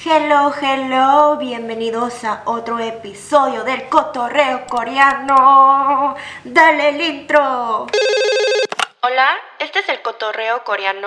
Hello, hello, bienvenidos a otro episodio del Cotorreo Coreano. Dale el intro. Hola, este es el Cotorreo Coreano.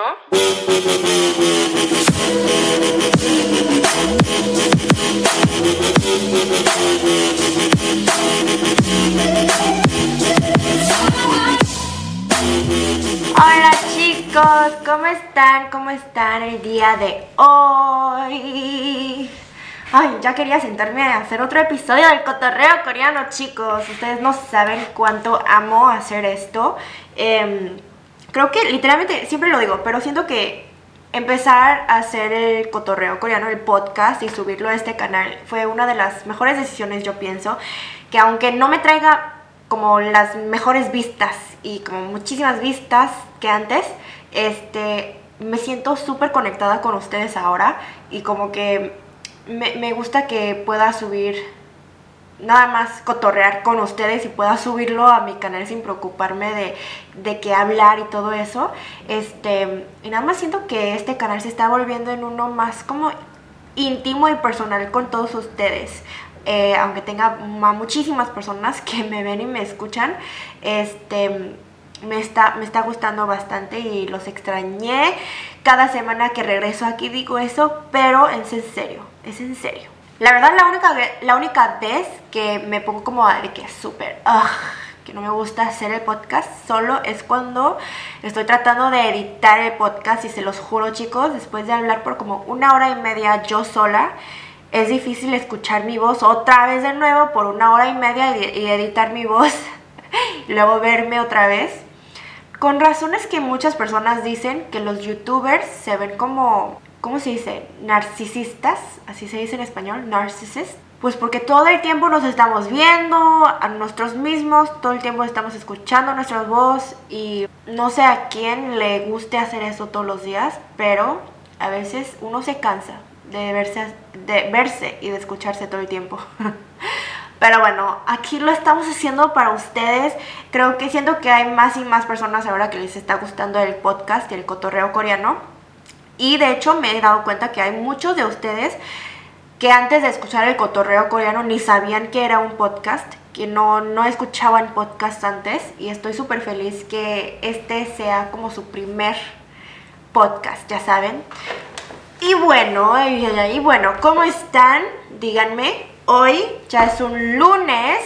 Hola chicos, ¿cómo están? ¿Cómo están el día de hoy? Ay, ya quería sentarme a hacer otro episodio del Cotorreo Coreano, chicos. Ustedes no saben cuánto amo hacer esto. Creo que literalmente, siempre lo digo, pero siento que empezar a hacer el Cotorreo Coreano, el podcast, y subirlo a este canal fue una de las mejores decisiones, yo pienso. Que aunque no me traiga como las mejores vistas y como muchísimas vistas que antes, me siento súper conectada con ustedes ahora y como que me gusta que pueda subir, nada más cotorrear con ustedes y pueda subirlo a mi canal sin preocuparme de qué hablar y todo eso. Y nada más siento que este canal se está volviendo en uno más como íntimo y personal con todos ustedes. Aunque tenga muchísimas personas que me ven y me escuchan, me está gustando bastante y los extrañé. Cada semana que regreso aquí digo eso, pero es en serio. La verdad, la única vez que me pongo como de que súper, que no me gusta hacer el podcast solo es cuando estoy tratando de editar el podcast, y se los juro, chicos, después de hablar por como 1 hora y media yo sola, es difícil escuchar mi voz otra vez de nuevo por 1 hora y media y editar mi voz y luego verme otra vez. Con razones que muchas personas dicen que los youtubers se ven como, ¿cómo se dice? Narcisistas, así se dice en español, narcissist. Pues porque todo el tiempo nos estamos viendo a nosotros mismos, todo el tiempo estamos escuchando nuestra voz, y no sé a quién le guste hacer eso todos los días, pero a veces uno se cansa de verse y de escucharse todo el tiempo. Pero bueno, aquí lo estamos haciendo para ustedes. Creo que siento que hay más y más personas ahora que les está gustando el podcast y el Cotorreo Coreano. Y de hecho me he dado cuenta que hay muchos de ustedes que antes de escuchar el Cotorreo Coreano ni sabían que era un podcast, que no escuchaban podcast antes. Y estoy súper feliz que este sea como su primer podcast, ya saben. Y bueno, ¿cómo están? Díganme. Hoy ya es un lunes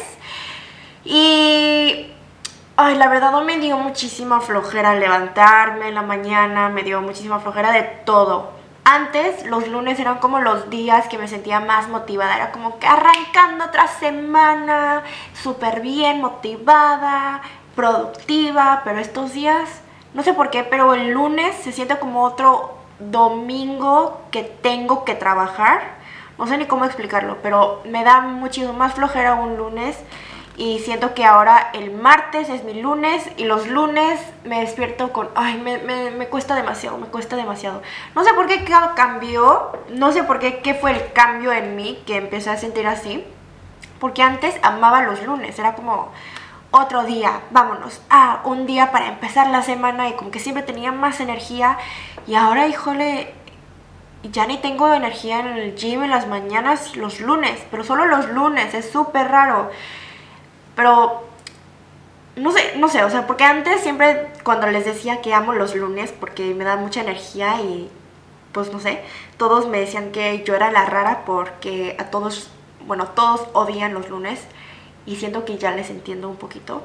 y la verdad hoy me dio muchísima flojera levantarme en la mañana, me dio muchísima flojera de todo. Antes los lunes eran como los días que me sentía más motivada, era como que arrancando otra semana, súper bien, motivada, productiva, pero estos días, no sé por qué, pero el lunes se siente como otro domingo que tengo que trabajar. No sé ni cómo explicarlo, pero me da muchísimo más flojera un lunes, y siento que ahora el martes es mi lunes, y los lunes me despierto con, me cuesta demasiado. No sé por qué cambió, no sé por qué fue el cambio en mí que empecé a sentir así, porque antes amaba los lunes, era como otro día, vámonos, un día para empezar la semana, y como que siempre tenía más energía, y ahora, híjole, ya ni tengo energía en el gym en las mañanas los lunes, pero solo los lunes, es súper raro. Pero no sé, o sea, porque antes siempre cuando les decía que amo los lunes porque me da mucha energía, y pues no sé, todos me decían que yo era la rara porque todos odian los lunes, y siento que ya les entiendo un poquito.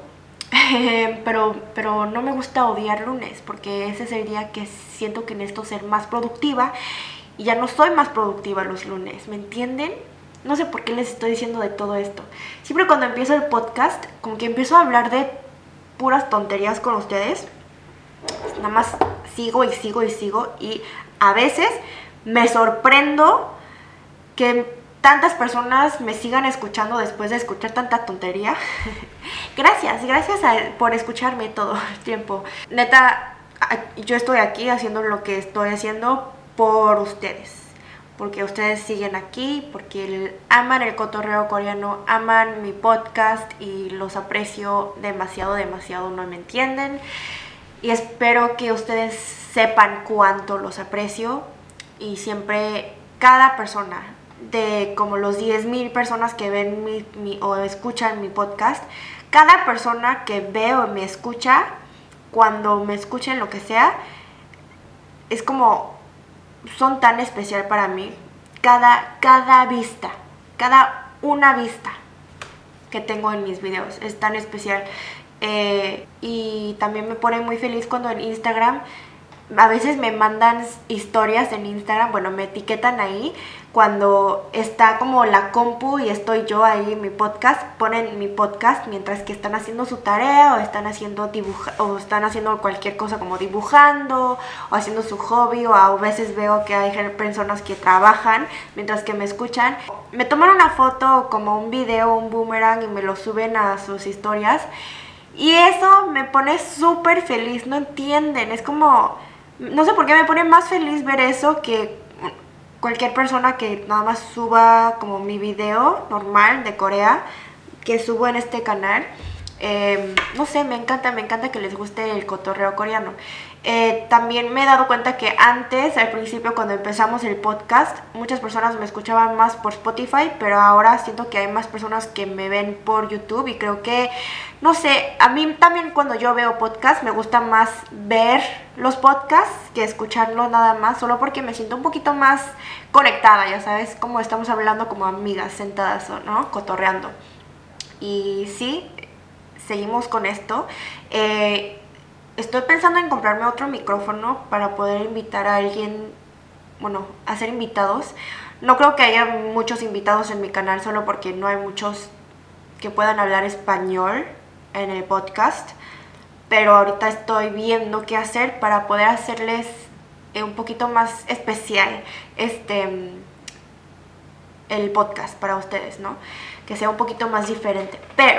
Pero no me gusta odiar lunes porque ese es el día que siento que necesito ser más productiva, y ya no soy más productiva los lunes, ¿me entienden? No sé por qué les estoy diciendo de todo esto. Siempre cuando empiezo el podcast, como que empiezo a hablar de puras tonterías con ustedes. Nada más sigo, y a veces me sorprendo que tantas personas me sigan escuchando después de escuchar tanta tontería. Gracias por escucharme todo el tiempo. Neta, yo estoy aquí haciendo lo que estoy haciendo por ustedes, porque ustedes siguen aquí, porque aman el Cotorreo Coreano, aman mi podcast, y los aprecio demasiado, no me entienden, y espero que ustedes sepan cuánto los aprecio, y siempre cada persona, de como los 10,000 personas que ven o escuchan mi podcast, cada persona que ve o me escucha, cuando me escuchen lo que sea, es como, son tan especial para mí. Cada vista, cada una vista que tengo en mis videos es tan especial. Y también me pone muy feliz cuando en Instagram a veces me mandan historias en Instagram, bueno, me etiquetan ahí cuando está como la compu y estoy yo ahí en mi podcast, ponen mi podcast mientras que están haciendo su tarea o están haciendo o están haciendo cualquier cosa como dibujando o haciendo su hobby, o a veces veo que hay personas que trabajan mientras que me escuchan. Me toman una foto como un video, un boomerang, y me lo suben a sus historias. Y eso me pone súper feliz, no entienden, es como, no sé por qué me pone más feliz ver eso que cualquier persona que nada más suba como mi video normal de Corea que subo en este canal. No sé, me encanta que les guste el cotorreo coreano. También me he dado cuenta que antes, al principio cuando empezamos el podcast, muchas personas me escuchaban más por Spotify, pero ahora siento que hay más personas que me ven por YouTube, y creo que, no sé, a mí también cuando yo veo podcast me gusta más ver los podcasts que escucharlos nada más, solo porque me siento un poquito más conectada, ya sabes, como estamos hablando como amigas sentadas, ¿no? Cotorreando. Y sí, seguimos con esto. Estoy pensando en comprarme otro micrófono para poder invitar a alguien, bueno, hacer invitados. No creo que haya muchos invitados en mi canal solo porque no hay muchos que puedan hablar español en el podcast. Pero ahorita estoy viendo qué hacer para poder hacerles un poquito más especial el podcast para ustedes, ¿no? Que sea un poquito más diferente. Pero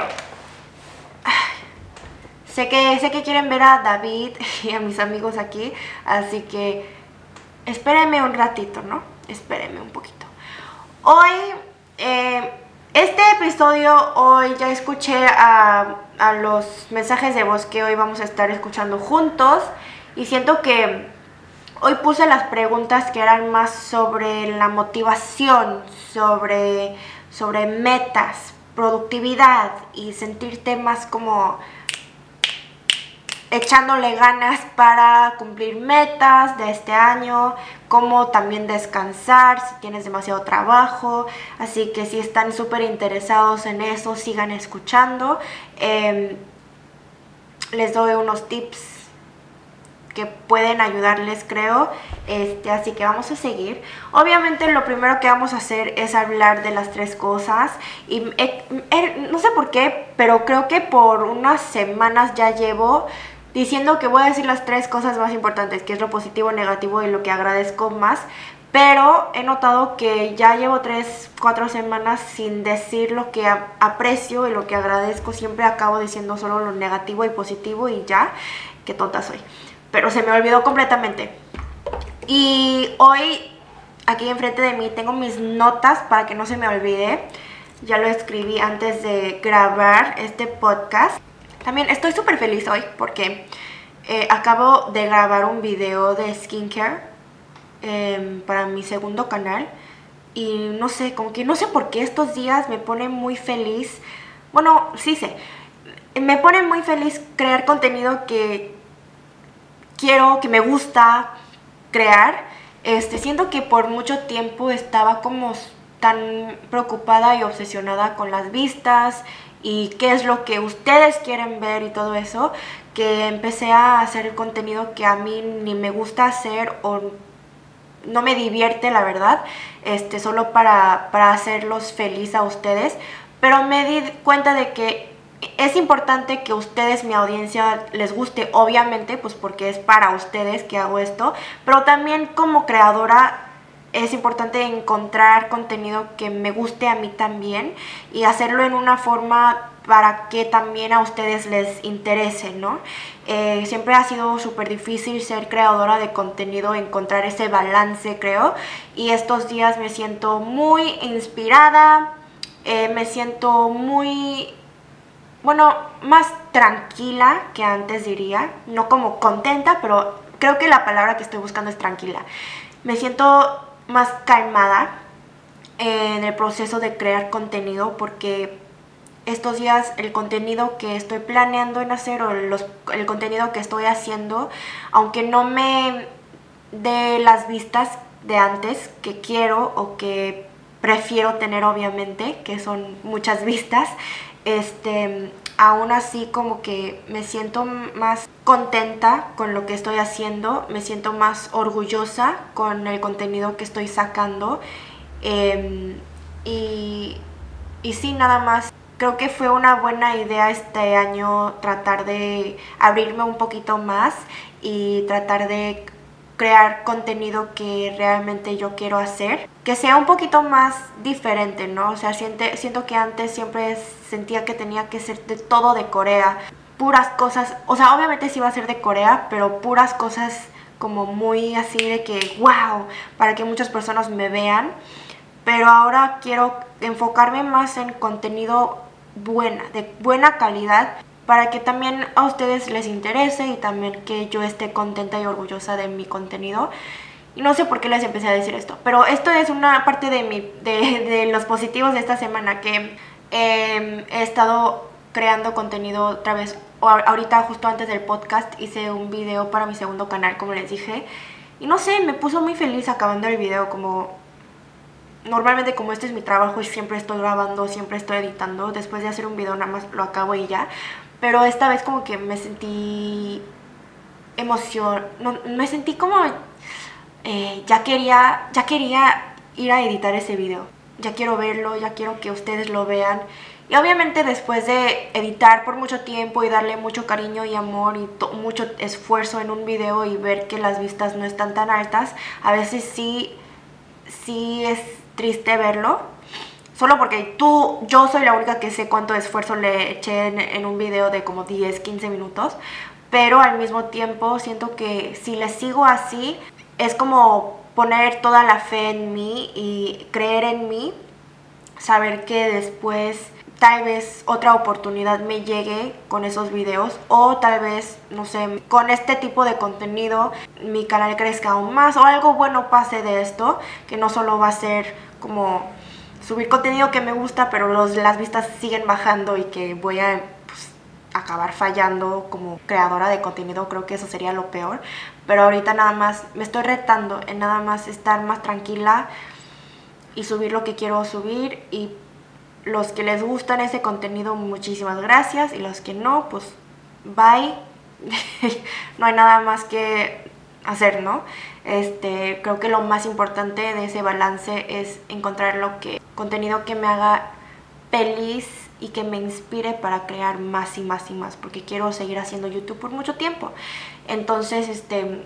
sé que quieren ver a David y a mis amigos aquí, así que espérenme un ratito, ¿no? Espérenme un poquito. Hoy, este episodio, hoy ya escuché a los mensajes de voz que hoy vamos a estar escuchando juntos, y siento que hoy puse las preguntas que eran más sobre la motivación, sobre metas, productividad y sentirte más como echándole ganas para cumplir metas de este año, como también descansar si tienes demasiado trabajo. Así que si están súper interesados en eso, sigan escuchando. Les doy unos tips que pueden ayudarles, creo. Así que vamos a seguir. Obviamente lo primero que vamos a hacer es hablar de las 3 cosas. Y no sé por qué, pero creo que por unas semanas ya llevo diciendo que voy a decir las 3 cosas más importantes, que es lo positivo, negativo y lo que agradezco más. Pero he notado que ya llevo 3-4 semanas sin decir lo que aprecio y lo que agradezco. Siempre acabo diciendo solo lo negativo y positivo y ya. Qué tonta soy. Pero se me olvidó completamente. Y hoy, aquí enfrente de mí, tengo mis notas para que no se me olvide. Ya lo escribí antes de grabar este podcast. También estoy súper feliz hoy porque acabo de grabar un video de skincare para mi segundo canal. Y no sé, como que no sé por qué estos días me pone muy feliz. Bueno, sí sé. Me pone muy feliz crear contenido que quiero, que me gusta crear. Siento que por mucho tiempo estaba como tan preocupada y obsesionada con las vistas y qué es lo que ustedes quieren ver y todo eso, que empecé a hacer contenido que a mí ni me gusta hacer o no me divierte, la verdad, solo para hacerlos feliz a ustedes. Pero me di cuenta de que es importante que ustedes, mi audiencia, les guste, obviamente, pues porque es para ustedes que hago esto, pero también como creadora es importante encontrar contenido que me guste a mí también y hacerlo en una forma para que también a ustedes les interese, ¿no? Siempre ha sido súper difícil ser creadora de contenido, encontrar ese balance, creo, y estos días me siento muy inspirada, me siento muy, bueno, más tranquila que antes, diría. No como contenta, pero creo que la palabra que estoy buscando es tranquila. Me siento más calmada en el proceso de crear contenido, porque estos días el contenido que estoy planeando en hacer o el contenido que estoy haciendo, aunque no me dé las vistas de antes que quiero o que prefiero tener, obviamente, que son muchas vistas, aún así como que me siento más contenta con lo que estoy haciendo, me siento más orgullosa con el contenido que estoy sacando, y sí, nada más. Creo que fue una buena idea este año tratar de abrirme un poquito más y tratar de crear contenido que realmente yo quiero hacer, que sea un poquito más diferente, ¿no? O sea, siento que antes siempre sentía que tenía que ser de todo de Corea, puras cosas, o sea, obviamente sí iba a ser de Corea, pero puras cosas como muy así de que wow, para que muchas personas me vean. Pero ahora quiero enfocarme más en contenido de buena calidad, para que también a ustedes les interese y también que yo esté contenta y orgullosa de mi contenido. Y no sé por qué les empecé a decir esto, pero esto es una parte de los positivos de esta semana, que he estado creando contenido otra vez. Ahorita, justo antes del podcast, hice un video para mi segundo canal, como les dije. Y no sé, me puso muy feliz acabando el video, como normalmente como este es mi trabajo y siempre estoy grabando, siempre estoy editando, después de hacer un video nada más lo acabo y ya. Pero esta vez como que me sentí me sentí como ya quería ir a editar ese video. Ya quiero verlo, ya quiero que ustedes lo vean. Y obviamente después de editar por mucho tiempo y darle mucho cariño y amor y mucho esfuerzo en un video y ver que las vistas no están tan altas, a veces sí es triste verlo. Solo porque yo soy la única que sé cuánto esfuerzo le eché en un video de como 10, 15 minutos. Pero al mismo tiempo siento que si le sigo así, es como poner toda la fe en mí y creer en mí. Saber que después tal vez otra oportunidad me llegue con esos videos, o tal vez, no sé, con este tipo de contenido mi canal crezca aún más, o algo bueno pase de esto, que no solo va a ser como subir contenido que me gusta, pero las vistas siguen bajando y que voy a acabar fallando como creadora de contenido. Creo que eso sería lo peor. Pero ahorita nada más me estoy retando en nada más estar más tranquila y subir lo que quiero subir. Y los que les gustan ese contenido, muchísimas gracias, y los que no, pues bye. No hay nada más que hacer, ¿no? Creo que lo más importante de ese balance es encontrar contenido que me haga feliz y que me inspire para crear más y más y más, porque quiero seguir haciendo YouTube por mucho tiempo. Entonces,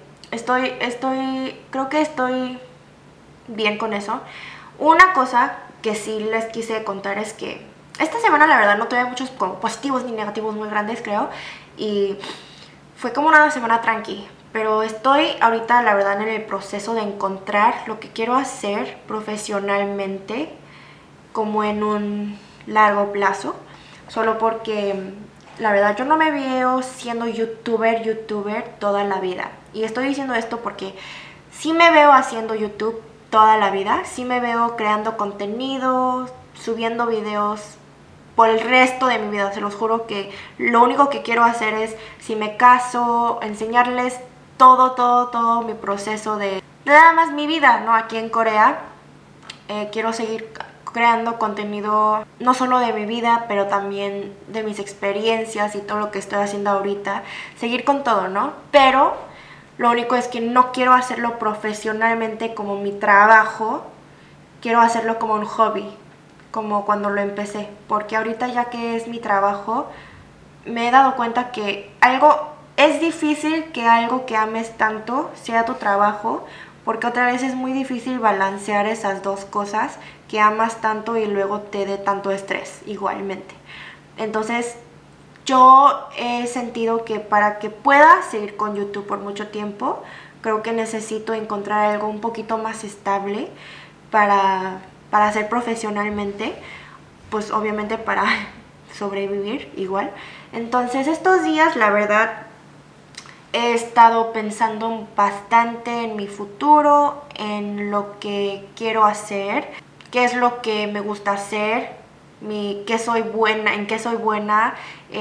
creo que estoy bien con eso. Una cosa que sí les quise contar es que esta semana la verdad no tuve muchos como positivos ni negativos muy grandes, creo, y fue como una semana tranqui. Pero estoy ahorita la verdad en el proceso de encontrar lo que quiero hacer profesionalmente, como en un largo plazo, solo porque la verdad yo no me veo siendo youtuber toda la vida. Y estoy diciendo esto porque sí me veo haciendo YouTube toda la vida, sí me veo creando contenido, subiendo videos por el resto de mi vida. Se los juro que lo único que quiero hacer es, si me caso, enseñarles todo mi proceso de nada más mi vida, ¿no? Aquí en Corea. Quiero seguir creando contenido no solo de mi vida, pero también de mis experiencias y todo lo que estoy haciendo ahorita. Seguir con todo, ¿no? Pero lo único es que no quiero hacerlo profesionalmente como mi trabajo. Quiero hacerlo como un hobby, como cuando lo empecé. Porque ahorita, ya que es mi trabajo, me he dado cuenta que es difícil que algo que ames tanto sea tu trabajo, porque otra vez es muy difícil balancear esas dos cosas, que amas tanto y luego te dé tanto estrés igualmente. Entonces yo he sentido que para que pueda seguir con YouTube por mucho tiempo, creo que necesito encontrar algo un poquito más estable para hacer profesionalmente, pues obviamente para sobrevivir igual. Entonces estos días la verdad He estado pensando bastante en mi futuro, en lo que quiero hacer, qué es lo que me gusta hacer, qué soy buena, en qué soy buena,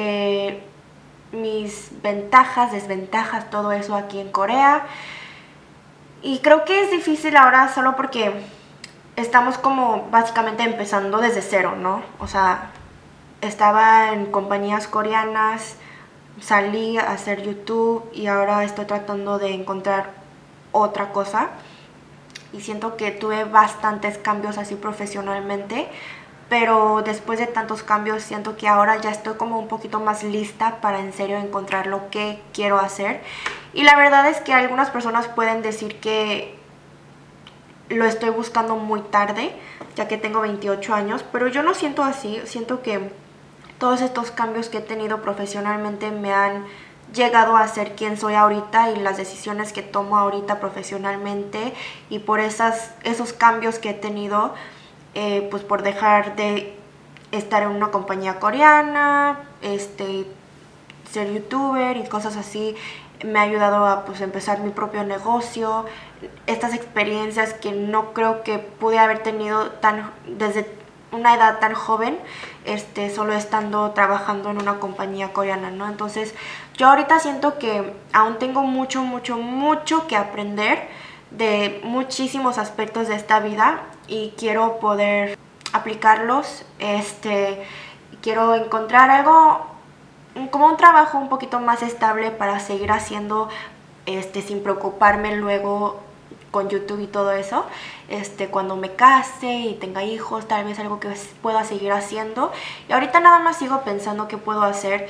mis ventajas, desventajas, todo eso aquí en Corea. Y creo que es difícil ahora solo porque estamos como básicamente empezando desde cero, ¿no? O sea, estaba en compañías coreanas, salí a hacer YouTube y ahora estoy tratando de encontrar otra cosa. Y siento que tuve bastantes cambios así profesionalmente, pero después de tantos cambios siento que ahora ya estoy como un poquito más lista para en serio encontrar lo que quiero hacer. Y la verdad es que algunas personas pueden decir que lo estoy buscando muy tarde, ya que tengo 28 años, pero yo no siento así. Siento que todos estos cambios que he tenido profesionalmente me han llegado a ser quien soy ahorita, y las decisiones que tomo ahorita profesionalmente, y por esos cambios que he tenido, pues por dejar de estar en una compañía coreana, ser youtuber y cosas así, me ha ayudado a pues empezar mi propio negocio. Estas experiencias que no creo que pude haber tenido desde una edad tan joven, solo estando trabajando en una compañía coreana, ¿no? Entonces yo ahorita siento que aún tengo mucho que aprender de muchísimos aspectos de esta vida, y quiero poder aplicarlos. Quiero encontrar algo como un trabajo un poquito más estable para seguir haciendo sin preocuparme luego con YouTube y todo eso, cuando me case y tenga hijos, tal vez algo que pueda seguir haciendo. Y ahorita nada más sigo pensando qué puedo hacer.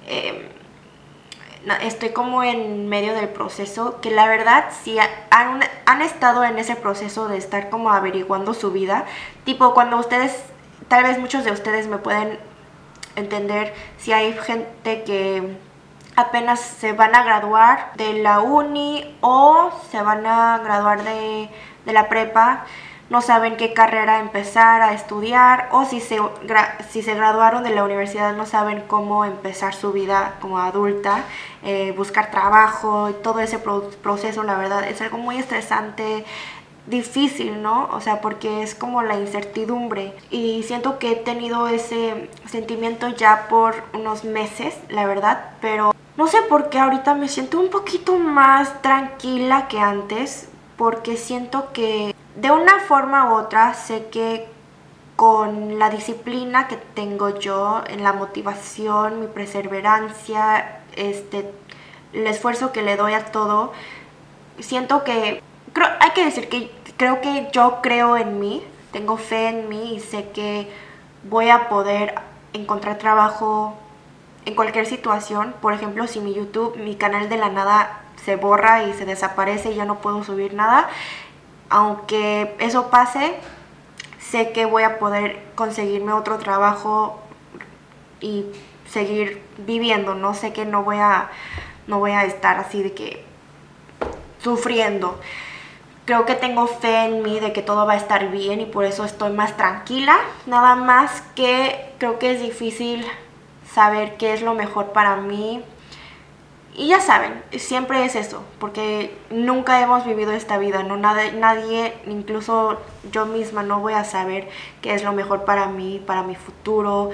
Estoy como en medio del proceso, que la verdad si han estado en ese proceso de estar como averiguando su vida, tipo cuando ustedes, tal vez muchos de ustedes me pueden entender, si hay gente que apenas se van a graduar de la uni o se van a graduar de la prepa, no saben qué carrera empezar a estudiar, o si se graduaron de la universidad no saben cómo empezar su vida como adulta, buscar trabajo y todo ese proceso. La verdad es algo muy estresante, difícil, ¿no? O sea, porque es como la incertidumbre, y siento que he tenido ese sentimiento ya por unos meses, la verdad, pero no sé por qué ahorita me siento un poquito más tranquila que antes, porque siento que de una forma u otra sé que con la disciplina que tengo yo, en la motivación, mi perseverancia, el esfuerzo que le doy a todo, siento que hay que decir que creo que yo creo en mí, tengo fe en mí, y sé que voy a poder encontrar trabajo en cualquier situación. Por ejemplo, si mi canal de la nada se borra y se desaparece y ya no puedo subir nada, aunque eso pase, sé que voy a poder conseguirme otro trabajo y seguir viviendo, ¿no? Sé que no voy a estar así de que sufriendo. Creo que tengo fe en mí de que todo va a estar bien, y por eso estoy más tranquila. Nada más que creo que es difícil saber qué es lo mejor para mí. Y ya saben, siempre es eso, porque nunca hemos vivido esta vida, ¿no? Nadie, incluso yo misma, no voy a saber qué es lo mejor para mí, para mi futuro.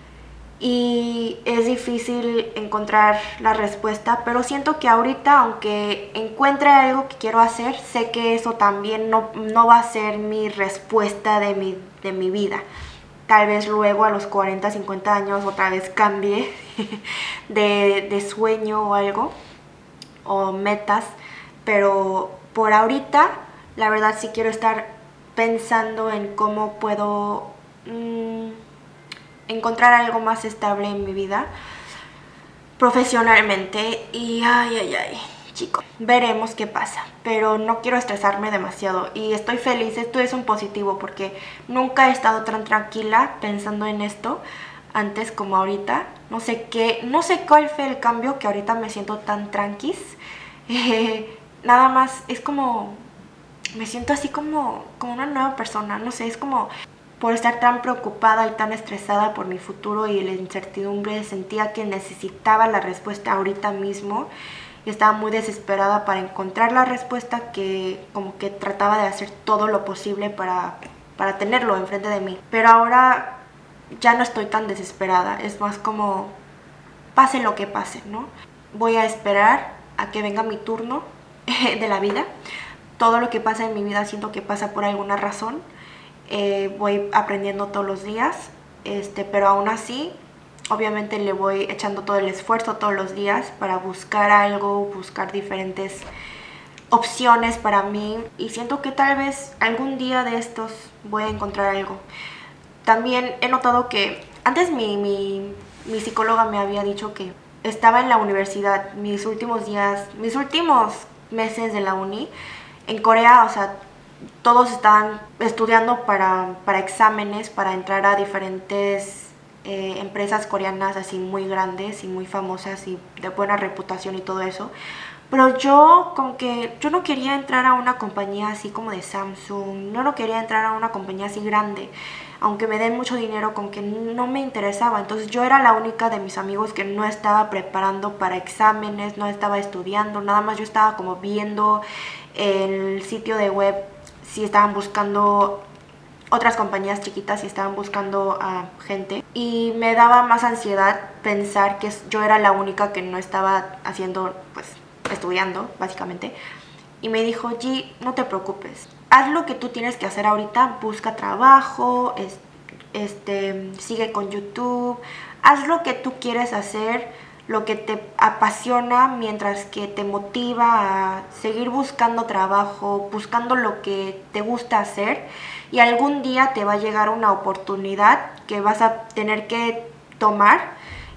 Y es difícil encontrar la respuesta, pero siento que ahorita, aunque encuentre algo que quiero hacer, sé que eso también no va a ser mi respuesta de mi vida. Tal vez luego a los 40, 50 años otra vez cambie de sueño o algo, o metas, pero por ahorita la verdad sí quiero estar pensando en cómo puedo encontrar algo más estable en mi vida profesionalmente. Y chicos, veremos qué pasa, pero no quiero estresarme demasiado, y estoy feliz. Esto es un positivo, porque nunca he estado tan tranquila pensando en esto antes como ahorita. No sé cuál fue el cambio, que ahorita me siento tan tranquis. Nada más es como me siento así como una nueva persona, no sé, es como por estar tan preocupada y tan estresada por mi futuro y la incertidumbre, sentía que necesitaba la respuesta ahorita mismo. y estaba muy desesperada para encontrar la respuesta, que como que trataba de hacer todo lo posible para tenerlo enfrente de mí. Pero ahora ya no estoy tan desesperada, es más como pase lo que pase, ¿no? Voy a esperar a que venga mi turno de la vida. Todo lo que pasa en mi vida siento que pasa por alguna razón. Voy aprendiendo todos los días, pero aún así obviamente le voy echando todo el esfuerzo todos los días para buscar algo, buscar diferentes opciones para mí, y siento que tal vez algún día de estos voy a encontrar algo. También he notado que antes mi psicóloga me había dicho que estaba en la universidad, mis últimos meses de la uni, en Corea, o sea, todos estaban estudiando para exámenes, para entrar a diferentes empresas coreanas así muy grandes y muy famosas y de buena reputación y todo eso. Pero yo como que yo no quería entrar a una compañía así como de Samsung, no quería entrar a una compañía así grande, aunque me den mucho dinero, como que no me interesaba. Entonces yo era la única de mis amigos que no estaba preparando para exámenes, no estaba estudiando, nada más yo estaba como viendo el sitio de web si estaban buscando otras compañías chiquitas, si estaban buscando a gente, y me daba más ansiedad pensar que yo era la única que no estaba haciendo, pues estudiando básicamente. Y me dijo: G, no te preocupes, haz lo que tú tienes que hacer ahorita, busca trabajo, sigue con YouTube, haz lo que tú quieres hacer, lo que te apasiona, mientras que te motiva a seguir buscando trabajo, buscando lo que te gusta hacer, y algún día te va a llegar una oportunidad que vas a tener que tomar,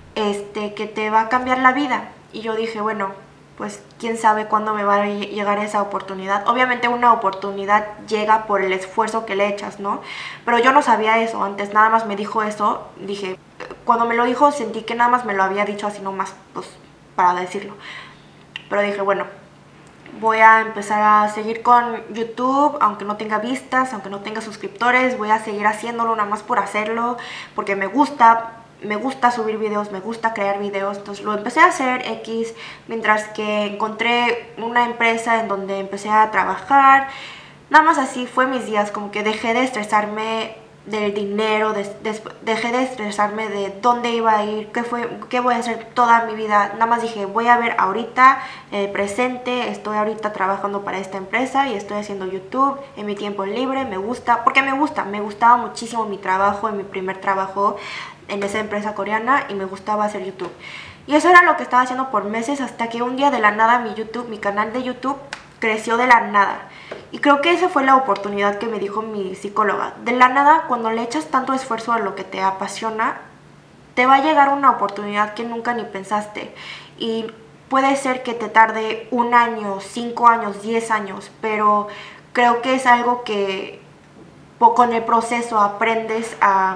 que te va a cambiar la vida. Y yo dije, bueno, pues quién sabe cuándo me va a llegar esa oportunidad. Obviamente una oportunidad llega por el esfuerzo que le echas, ¿no? Pero yo no sabía eso antes, nada más me dijo eso. Dije, cuando me lo dijo sentí que nada más me lo había dicho así nomás, pues para decirlo. Pero dije, bueno, voy a empezar a seguir con YouTube, aunque no tenga vistas, aunque no tenga suscriptores, voy a seguir haciéndolo nada más por hacerlo, porque me gusta subir videos, me gusta crear videos. Entonces lo empecé a hacer X, mientras que encontré una empresa en donde empecé a trabajar. Nada más así fue mis días, como que dejé de estresarme del dinero, dejé de estresarme de dónde iba a ir, qué voy a hacer toda mi vida. Nada más dije, voy a ver ahorita, presente, estoy ahorita trabajando para esta empresa y estoy haciendo YouTube en mi tiempo libre. Me gusta, porque me gustaba muchísimo mi trabajo, en mi primer trabajo en esa empresa coreana, y me gustaba hacer YouTube. Y eso era lo que estaba haciendo por meses, hasta que un día de la nada mi canal de YouTube creció de la nada. Y creo que esa fue la oportunidad que me dijo mi psicóloga. De la nada, cuando le echas tanto esfuerzo a lo que te apasiona, te va a llegar una oportunidad que nunca ni pensaste. Y puede ser que te tarde 1 año, 5 años, 10 años, pero creo que es algo que con el proceso aprendes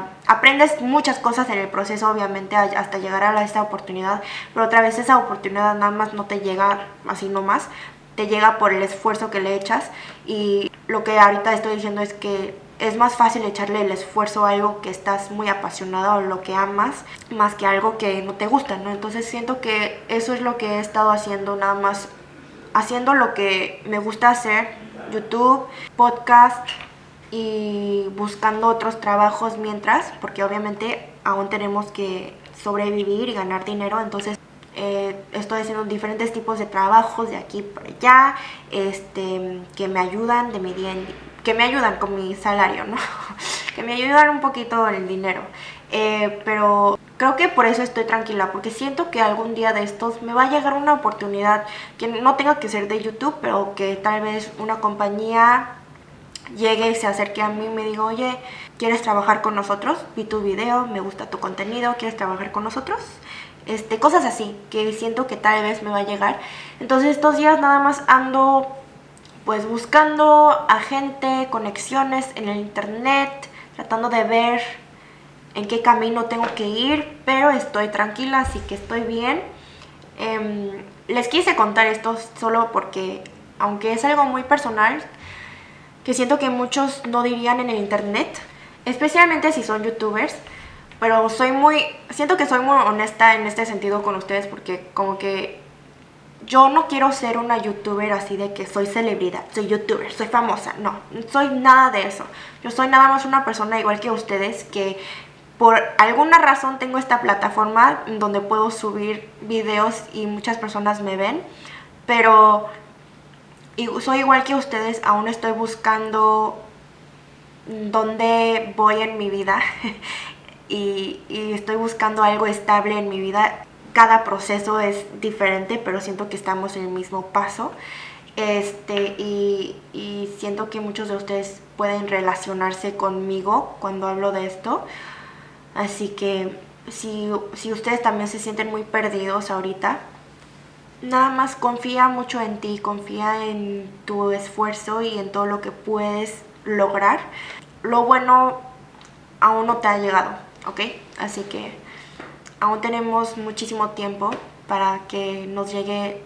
muchas cosas en el proceso, obviamente, hasta llegar a esta oportunidad. Pero otra vez esa oportunidad nada más no te llega así nomás, te llega por el esfuerzo que le echas. Y lo que ahorita estoy diciendo es que es más fácil echarle el esfuerzo a algo que estás muy apasionado o lo que amas, más que algo que no te gusta, ¿no? Entonces siento que eso es lo que he estado haciendo, nada más haciendo lo que me gusta hacer, YouTube, podcast, y buscando otros trabajos mientras, porque obviamente aún tenemos que sobrevivir y ganar dinero. Entonces estoy haciendo diferentes tipos de trabajos de aquí para allá, que me ayudan de mi día que me ayudan con mi salario, ¿no? Que me ayudan un poquito en el dinero. Pero creo que por eso estoy tranquila, porque siento que algún día de estos me va a llegar una oportunidad que no tenga que ser de YouTube, pero que tal vez una compañía llegue y se acerque a mí y me diga, oye, ¿quieres trabajar con nosotros? Vi tu video, me gusta tu contenido, ¿quieres trabajar con nosotros? Cosas así, que siento que tal vez me va a llegar. Entonces estos días nada más ando pues buscando a gente, conexiones en el internet, tratando de ver en qué camino tengo que ir, pero estoy tranquila, así que estoy bien. Les quise contar esto solo porque, aunque es algo muy personal, que siento que muchos no dirían en el internet, especialmente si son youtubers, pero siento que soy muy honesta en este sentido con ustedes, porque como que yo no quiero ser una youtuber así de que soy celebridad, soy youtuber, soy famosa. No soy nada de eso. Yo soy nada más una persona igual que ustedes que por alguna razón tengo esta plataforma donde puedo subir videos y muchas personas me ven. Pero soy igual que ustedes, aún estoy buscando dónde voy en mi vida y estoy buscando algo estable en mi vida. Cada proceso es diferente, pero siento que estamos en el mismo paso. Y siento que muchos de ustedes pueden relacionarse conmigo cuando hablo de esto. Así que si ustedes también se sienten muy perdidos ahorita, nada más confía mucho en ti, confía en tu esfuerzo y en todo lo que puedes lograr. Lo bueno aún no te ha llegado, ¿ok? Así que aún tenemos muchísimo tiempo para que nos llegue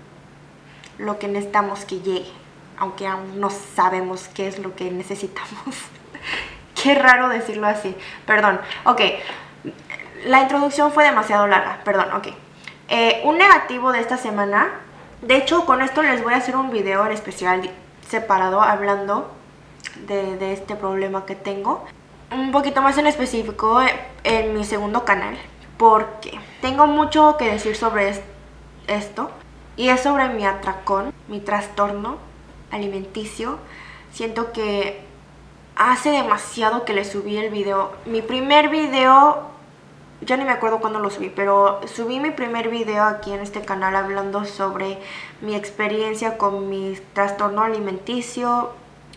lo que necesitamos que llegue, aunque aún no sabemos qué es lo que necesitamos. Qué raro decirlo así, perdón. Ok, la introducción fue demasiado larga, perdón, ok. Un negativo de esta semana, de hecho con esto les voy a hacer un video en especial separado hablando de este problema que tengo. Un poquito más en específico en mi segundo canal, porque tengo mucho que decir sobre esto. Y es sobre mi atracón, mi trastorno alimenticio. Siento que hace demasiado que le subí el video. Mi primer video, ya ni me acuerdo cuándo lo subí, pero subí mi primer video aquí en este canal hablando sobre mi experiencia con mi trastorno alimenticio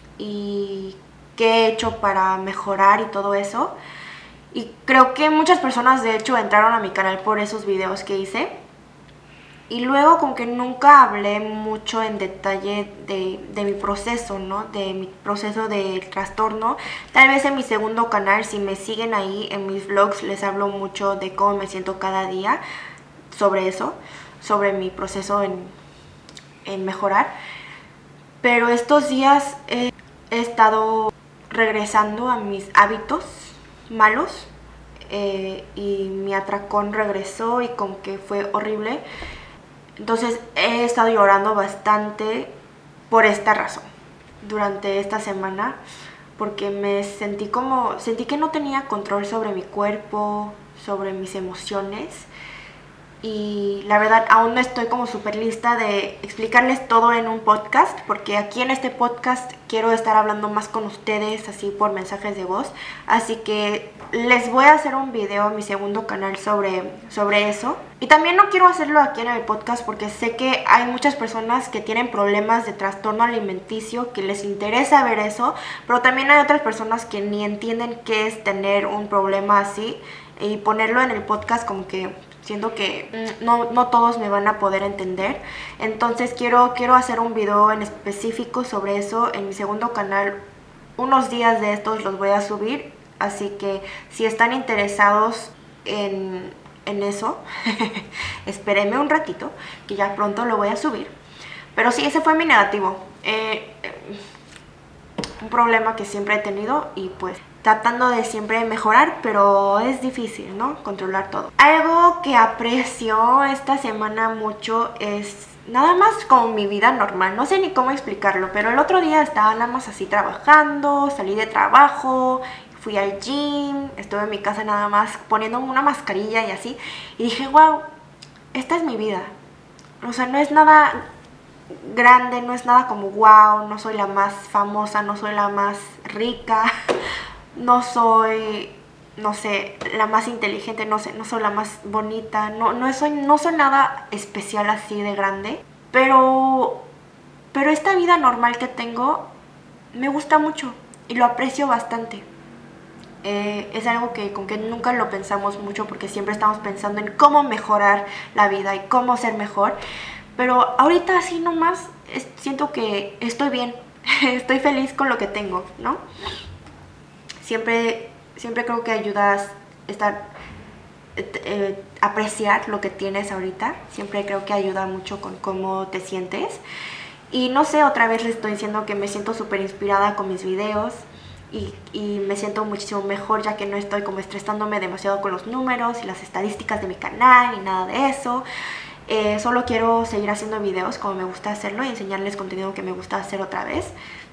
y qué he hecho para mejorar y todo eso. Y creo que muchas personas de hecho entraron a mi canal por esos videos que hice. Y luego como que nunca hablé mucho en detalle de mi proceso, ¿no? De mi proceso del trastorno. Tal vez en mi segundo canal, si me siguen ahí en mis vlogs, les hablo mucho de cómo me siento cada día sobre eso, sobre mi proceso en mejorar. Pero estos días he estado regresando a mis hábitos malos y mi atracón regresó y como que fue horrible. Entonces he estado llorando bastante por esta razón durante esta semana, porque sentí que no tenía control sobre mi cuerpo, sobre mis emociones. Y la verdad aún no estoy como súper lista de explicarles todo en un podcast, porque aquí en este podcast quiero estar hablando más con ustedes así por mensajes de voz. Así que les voy a hacer un video en mi segundo canal sobre eso. Y también no quiero hacerlo aquí en el podcast porque sé que hay muchas personas que tienen problemas de trastorno alimenticio que les interesa ver eso, pero también hay otras personas que ni entienden qué es tener un problema así, y ponerlo en el podcast como que siento que no todos me van a poder entender. Entonces quiero hacer un video en específico sobre eso en mi segundo canal. Unos días de estos los voy a subir, así que si están interesados en eso, espérenme un ratito, que ya pronto lo voy a subir. Pero sí, ese fue mi negativo. Un problema que siempre he tenido y pues tratando de siempre mejorar, pero es difícil, ¿no? Controlar todo. Algo que aprecio esta semana mucho es nada más como mi vida normal. No sé ni cómo explicarlo, pero el otro día estaba nada más así trabajando, salí de trabajo, fui al gym, estuve en mi casa nada más poniéndome una mascarilla y así. Y dije, wow, esta es mi vida. O sea, no es nada grande, no es nada como wow, no soy la más famosa, no soy la más rica, no soy, no sé, la más inteligente, no sé, no soy la más bonita, no soy nada especial así de grande, pero esta vida normal que tengo me gusta mucho y lo aprecio bastante. Es algo que con que nunca lo pensamos mucho porque siempre estamos pensando en cómo mejorar la vida y cómo ser mejor. Pero ahorita así nomás siento que estoy bien, estoy feliz con lo que tengo, ¿no? Siempre creo que ayudas apreciar lo que tienes ahorita. Siempre creo que ayuda mucho con cómo te sientes. Y no sé, otra vez les estoy diciendo que me siento súper inspirada con mis videos. Y me siento muchísimo mejor ya que no estoy como estresándome demasiado con los números y las estadísticas de mi canal ni nada de eso. Solo quiero seguir haciendo videos como me gusta hacerlo y enseñarles contenido que me gusta hacer otra vez.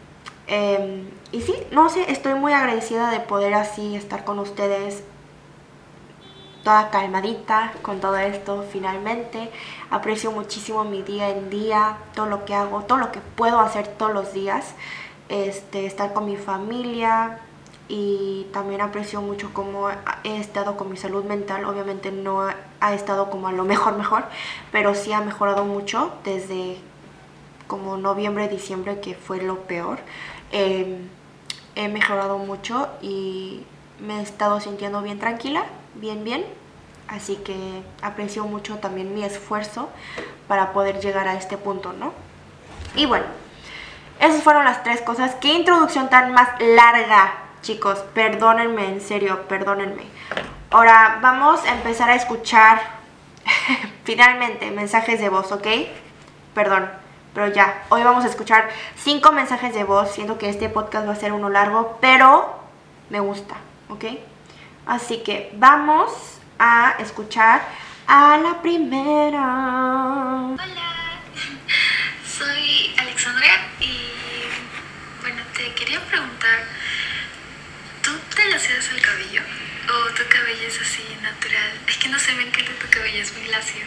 Y sí, no sé, estoy muy agradecida de poder así estar con ustedes toda calmadita con todo esto finalmente. Aprecio muchísimo mi día en día, todo lo que hago, todo lo que puedo hacer todos los días, estar con mi familia, y también aprecio mucho cómo he estado con mi salud mental. Obviamente no ha estado como a lo mejor, pero sí ha mejorado mucho desde como noviembre, diciembre, que fue lo peor. He mejorado mucho y me he estado sintiendo bien tranquila, bien. Así que aprecio mucho también mi esfuerzo para poder llegar a este punto, ¿no? Y bueno, esas fueron las 3 cosas. ¿Qué introducción tan más larga, chicos? Perdónenme, en serio, perdónenme. Ahora vamos a empezar a escuchar finalmente mensajes de voz, ¿ok? Perdón, pero ya, hoy vamos a escuchar 5 mensajes de voz. Siento que este podcast va a ser uno largo, pero me gusta, ¿ok? Así que vamos a escuchar a la primera. Hola, soy Alexandra y bueno, te quería preguntar, ¿tú te lacias el cabello o tu cabello es así natural? Es que no se ven que tu cabello es muy lacio.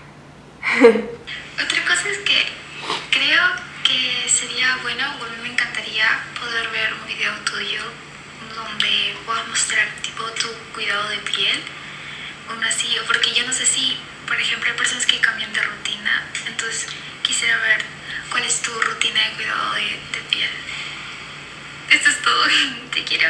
Otra cosa es que creo que sería bueno, o a mí me encantaría poder ver un video tuyo donde puedas mostrar tipo tu cuidado de piel, aún así, o porque yo no sé si, por ejemplo, hay personas que cambian de rutina, entonces quisiera ver cuál es tu rutina de cuidado de piel. Esto es todo, te quiero.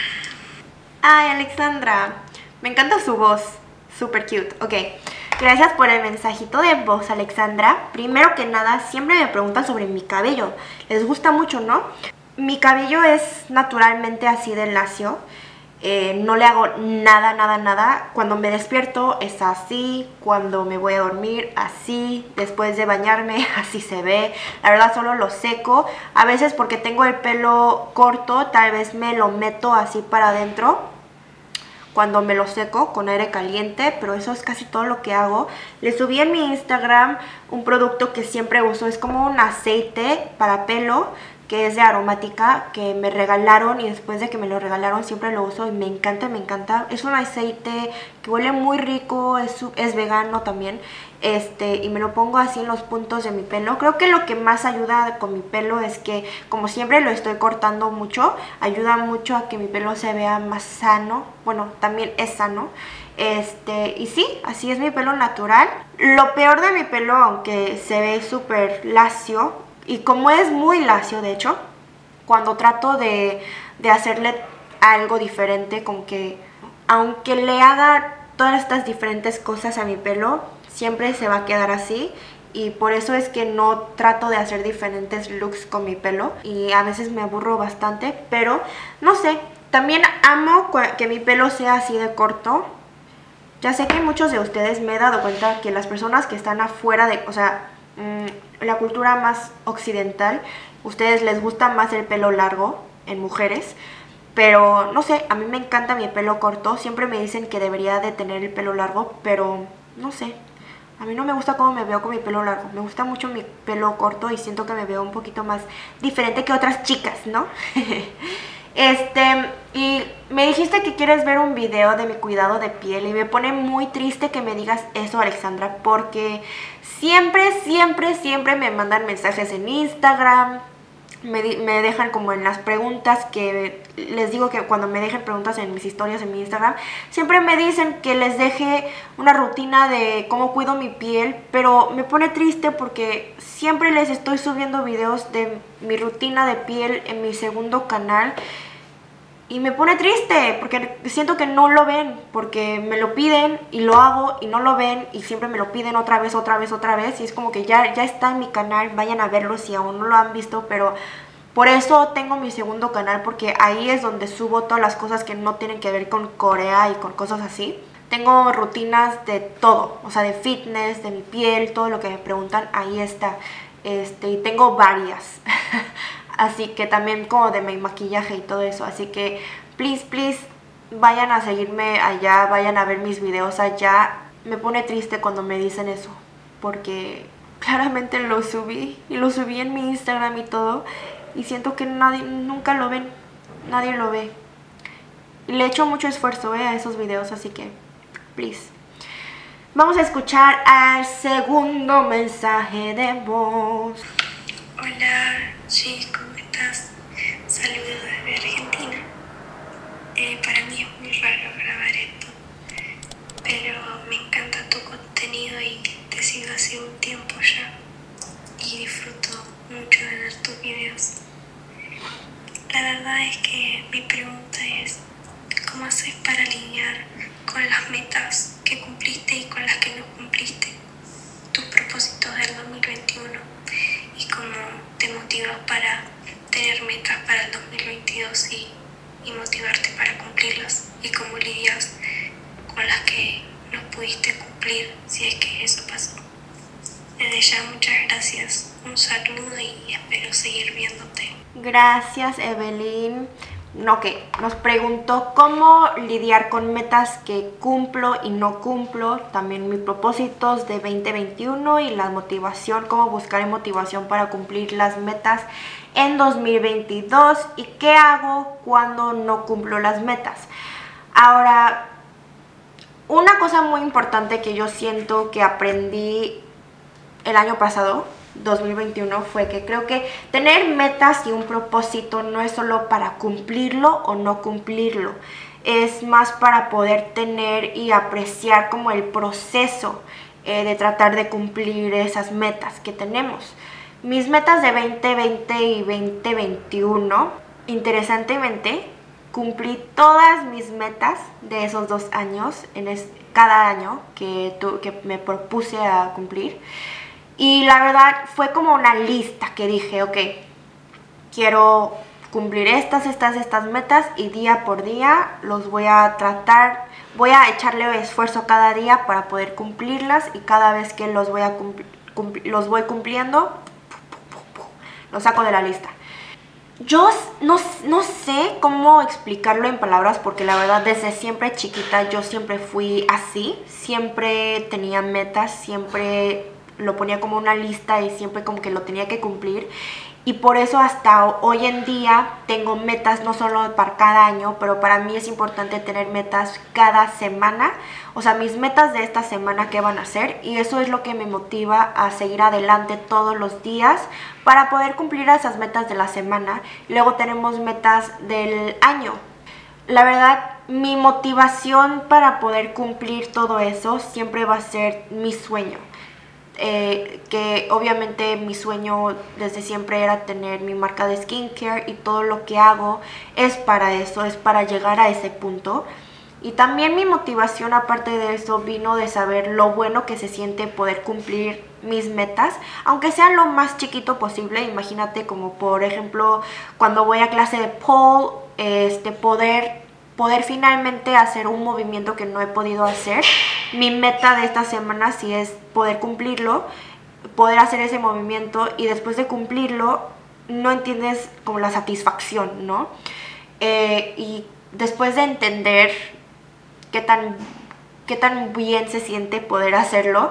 Ay, Alexandra, me encanta su voz, super cute. Ok, gracias por el mensajito de voz, Alexandra. Primero que nada, siempre me preguntan sobre mi cabello. Les gusta mucho, ¿no? Mi cabello es naturalmente así de lacio. No le hago nada. Cuando me despierto es así, cuando me voy a dormir así, después de bañarme así se ve. La verdad solo lo seco. A veces porque tengo el pelo corto, tal vez me lo meto así para adentro cuando me lo seco con aire caliente, pero eso es casi todo lo que hago. Le subí en mi Instagram un producto que siempre uso, es como un aceite para pelo que es de aromática, que me regalaron, y después de que me lo regalaron siempre lo uso y me encanta. Es un aceite que huele muy rico, es vegano también, y me lo pongo así en los puntos de mi pelo. Creo que lo que más ayuda con mi pelo es que, como siempre lo estoy cortando mucho, ayuda mucho a que mi pelo se vea más sano. Bueno, también es sano. Y sí, así es mi pelo natural. Lo peor de mi pelo, aunque se ve súper lacio, y como es muy lacio, de hecho, cuando trato de hacerle algo diferente, como que aunque le haga todas estas diferentes cosas a mi pelo, siempre se va a quedar así. Y por eso es que no trato de hacer diferentes looks con mi pelo, y a veces me aburro bastante, pero no sé. También amo que mi pelo sea así de corto. Ya sé que muchos de ustedes, me he dado cuenta que las personas que están afuera de, o sea, la cultura más occidental, ustedes les gusta más el pelo largo en mujeres, pero no sé, a mí me encanta mi pelo corto. Siempre me dicen que debería de tener el pelo largo, pero no sé, a mí no me gusta cómo me veo con mi pelo largo. Me gusta mucho mi pelo corto y siento que me veo un poquito más diferente que otras chicas, ¿no? Y me dijiste que quieres ver un video de mi cuidado de piel, y me pone muy triste que me digas eso, Alexandra, porque siempre me mandan mensajes en Instagram, me dejan como en las preguntas, que les digo que cuando me dejen preguntas en mis historias en mi Instagram, siempre me dicen que les deje una rutina de cómo cuido mi piel, pero me pone triste porque siempre les estoy subiendo videos de mi rutina de piel en mi segundo canal. Y me pone triste porque siento que no lo ven, porque me lo piden y lo hago y no lo ven, y siempre me lo piden otra vez, y es como que ya está en mi canal, vayan a verlo si aún no lo han visto. Pero por eso tengo mi segundo canal, porque ahí es donde subo todas las cosas que no tienen que ver con Corea y con cosas así. Tengo rutinas de todo, o sea, de fitness, de mi piel, todo lo que me preguntan, ahí está. Y tengo varias. Así que también como de mi maquillaje y todo eso. Así que please, vayan a seguirme allá, vayan a ver mis videos allá. Me pone triste cuando me dicen eso, porque claramente lo subí y lo subí en mi Instagram y todo, y siento que nadie nunca lo ven, nadie lo ve. Y le echo mucho esfuerzo a esos videos, así que please. Vamos a escuchar al segundo mensaje de voz. Hola, sí, ¿cómo estás? Saludos desde Argentina. Para mí es muy raro grabar esto, pero me encanta tu contenido y te sigo hace un tiempo ya y disfruto mucho de ver tus videos. La verdad es que mi pregunta es, ¿cómo haces para lidiar con las metas que cumpliste y con las que no cumpliste? Tus propósitos del 2021 y cómo te motivas para tener metas para el 2022 y motivarte para cumplirlas, y cómo lidias con las que no pudiste cumplir, si es que eso pasó. Desde ya, muchas gracias, un saludo y espero seguir viéndote. Gracias, Evelyn. Ok, nos preguntó cómo lidiar con metas que cumplo y no cumplo, también mis propósitos de 2021 y la motivación, cómo buscar motivación para cumplir las metas en 2022 y qué hago cuando no cumplo las metas. Ahora, una cosa muy importante que yo siento que aprendí el año pasado, 2021, fue que creo que tener metas y un propósito no es solo para cumplirlo o no cumplirlo, es más para poder tener y apreciar como el proceso de tratar de cumplir esas metas que tenemos. Mis metas de 2020 y 2021, interesantemente, cumplí todas mis metas de esos 2 años, cada año que me propuse a cumplir. Y la verdad fue como una lista que dije, ok, quiero cumplir estas metas y día por día los voy a tratar, voy a echarle esfuerzo cada día para poder cumplirlas, y cada vez que los voy cumpliendo, los saco de la lista. Yo no sé cómo explicarlo en palabras, porque la verdad desde siempre chiquita yo siempre fui así, siempre tenía metas, siempre lo ponía como una lista y siempre como que lo tenía que cumplir, y por eso hasta hoy en día tengo metas no solo para cada año, pero para mí es importante tener metas cada semana, o sea, mis metas de esta semana qué van a ser, y eso es lo que me motiva a seguir adelante todos los días para poder cumplir esas metas de la semana. Luego tenemos metas del año. La verdad, mi motivación para poder cumplir todo eso siempre va a ser mi sueño. Que obviamente mi sueño desde siempre era tener mi marca de skincare, y todo lo que hago es para eso, es para llegar a ese punto. Y también mi motivación aparte de eso vino de saber lo bueno que se siente poder cumplir mis metas, aunque sea lo más chiquito posible. Imagínate como por ejemplo cuando voy a clase de pole, poder finalmente hacer un movimiento que no he podido hacer. Mi meta de esta semana sí es poder cumplirlo, poder hacer ese movimiento, y después de cumplirlo no entiendes como la satisfacción, ¿no? Y después de entender qué tan bien se siente poder hacerlo,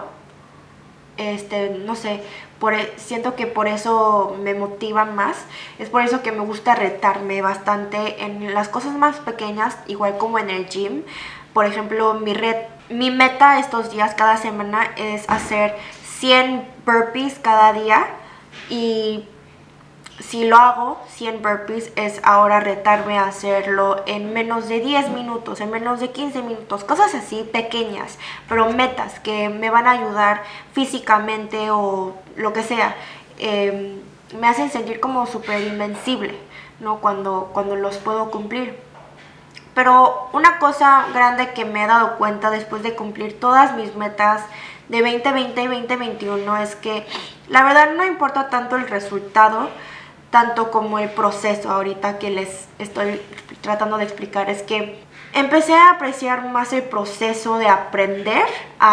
no sé, siento que por eso me motiva más. Es por eso que me gusta retarme bastante en las cosas más pequeñas, igual como en el gym. Por ejemplo, mi meta estos días, cada semana, es hacer 100 burpees cada día, y si lo hago 100 burpees es ahora retarme a hacerlo en menos de 10 minutos, en menos de 15 minutos, cosas así pequeñas, pero metas que me van a ayudar físicamente o lo que sea. Me hacen sentir como súper invencible, ¿no? Cuando los puedo cumplir. Pero una cosa grande que me he dado cuenta después de cumplir todas mis metas de 2020 y 2021 es que la verdad no importa tanto el resultado, tanto como el proceso. Ahorita que les estoy tratando de explicar, es que empecé a apreciar más el proceso de aprender,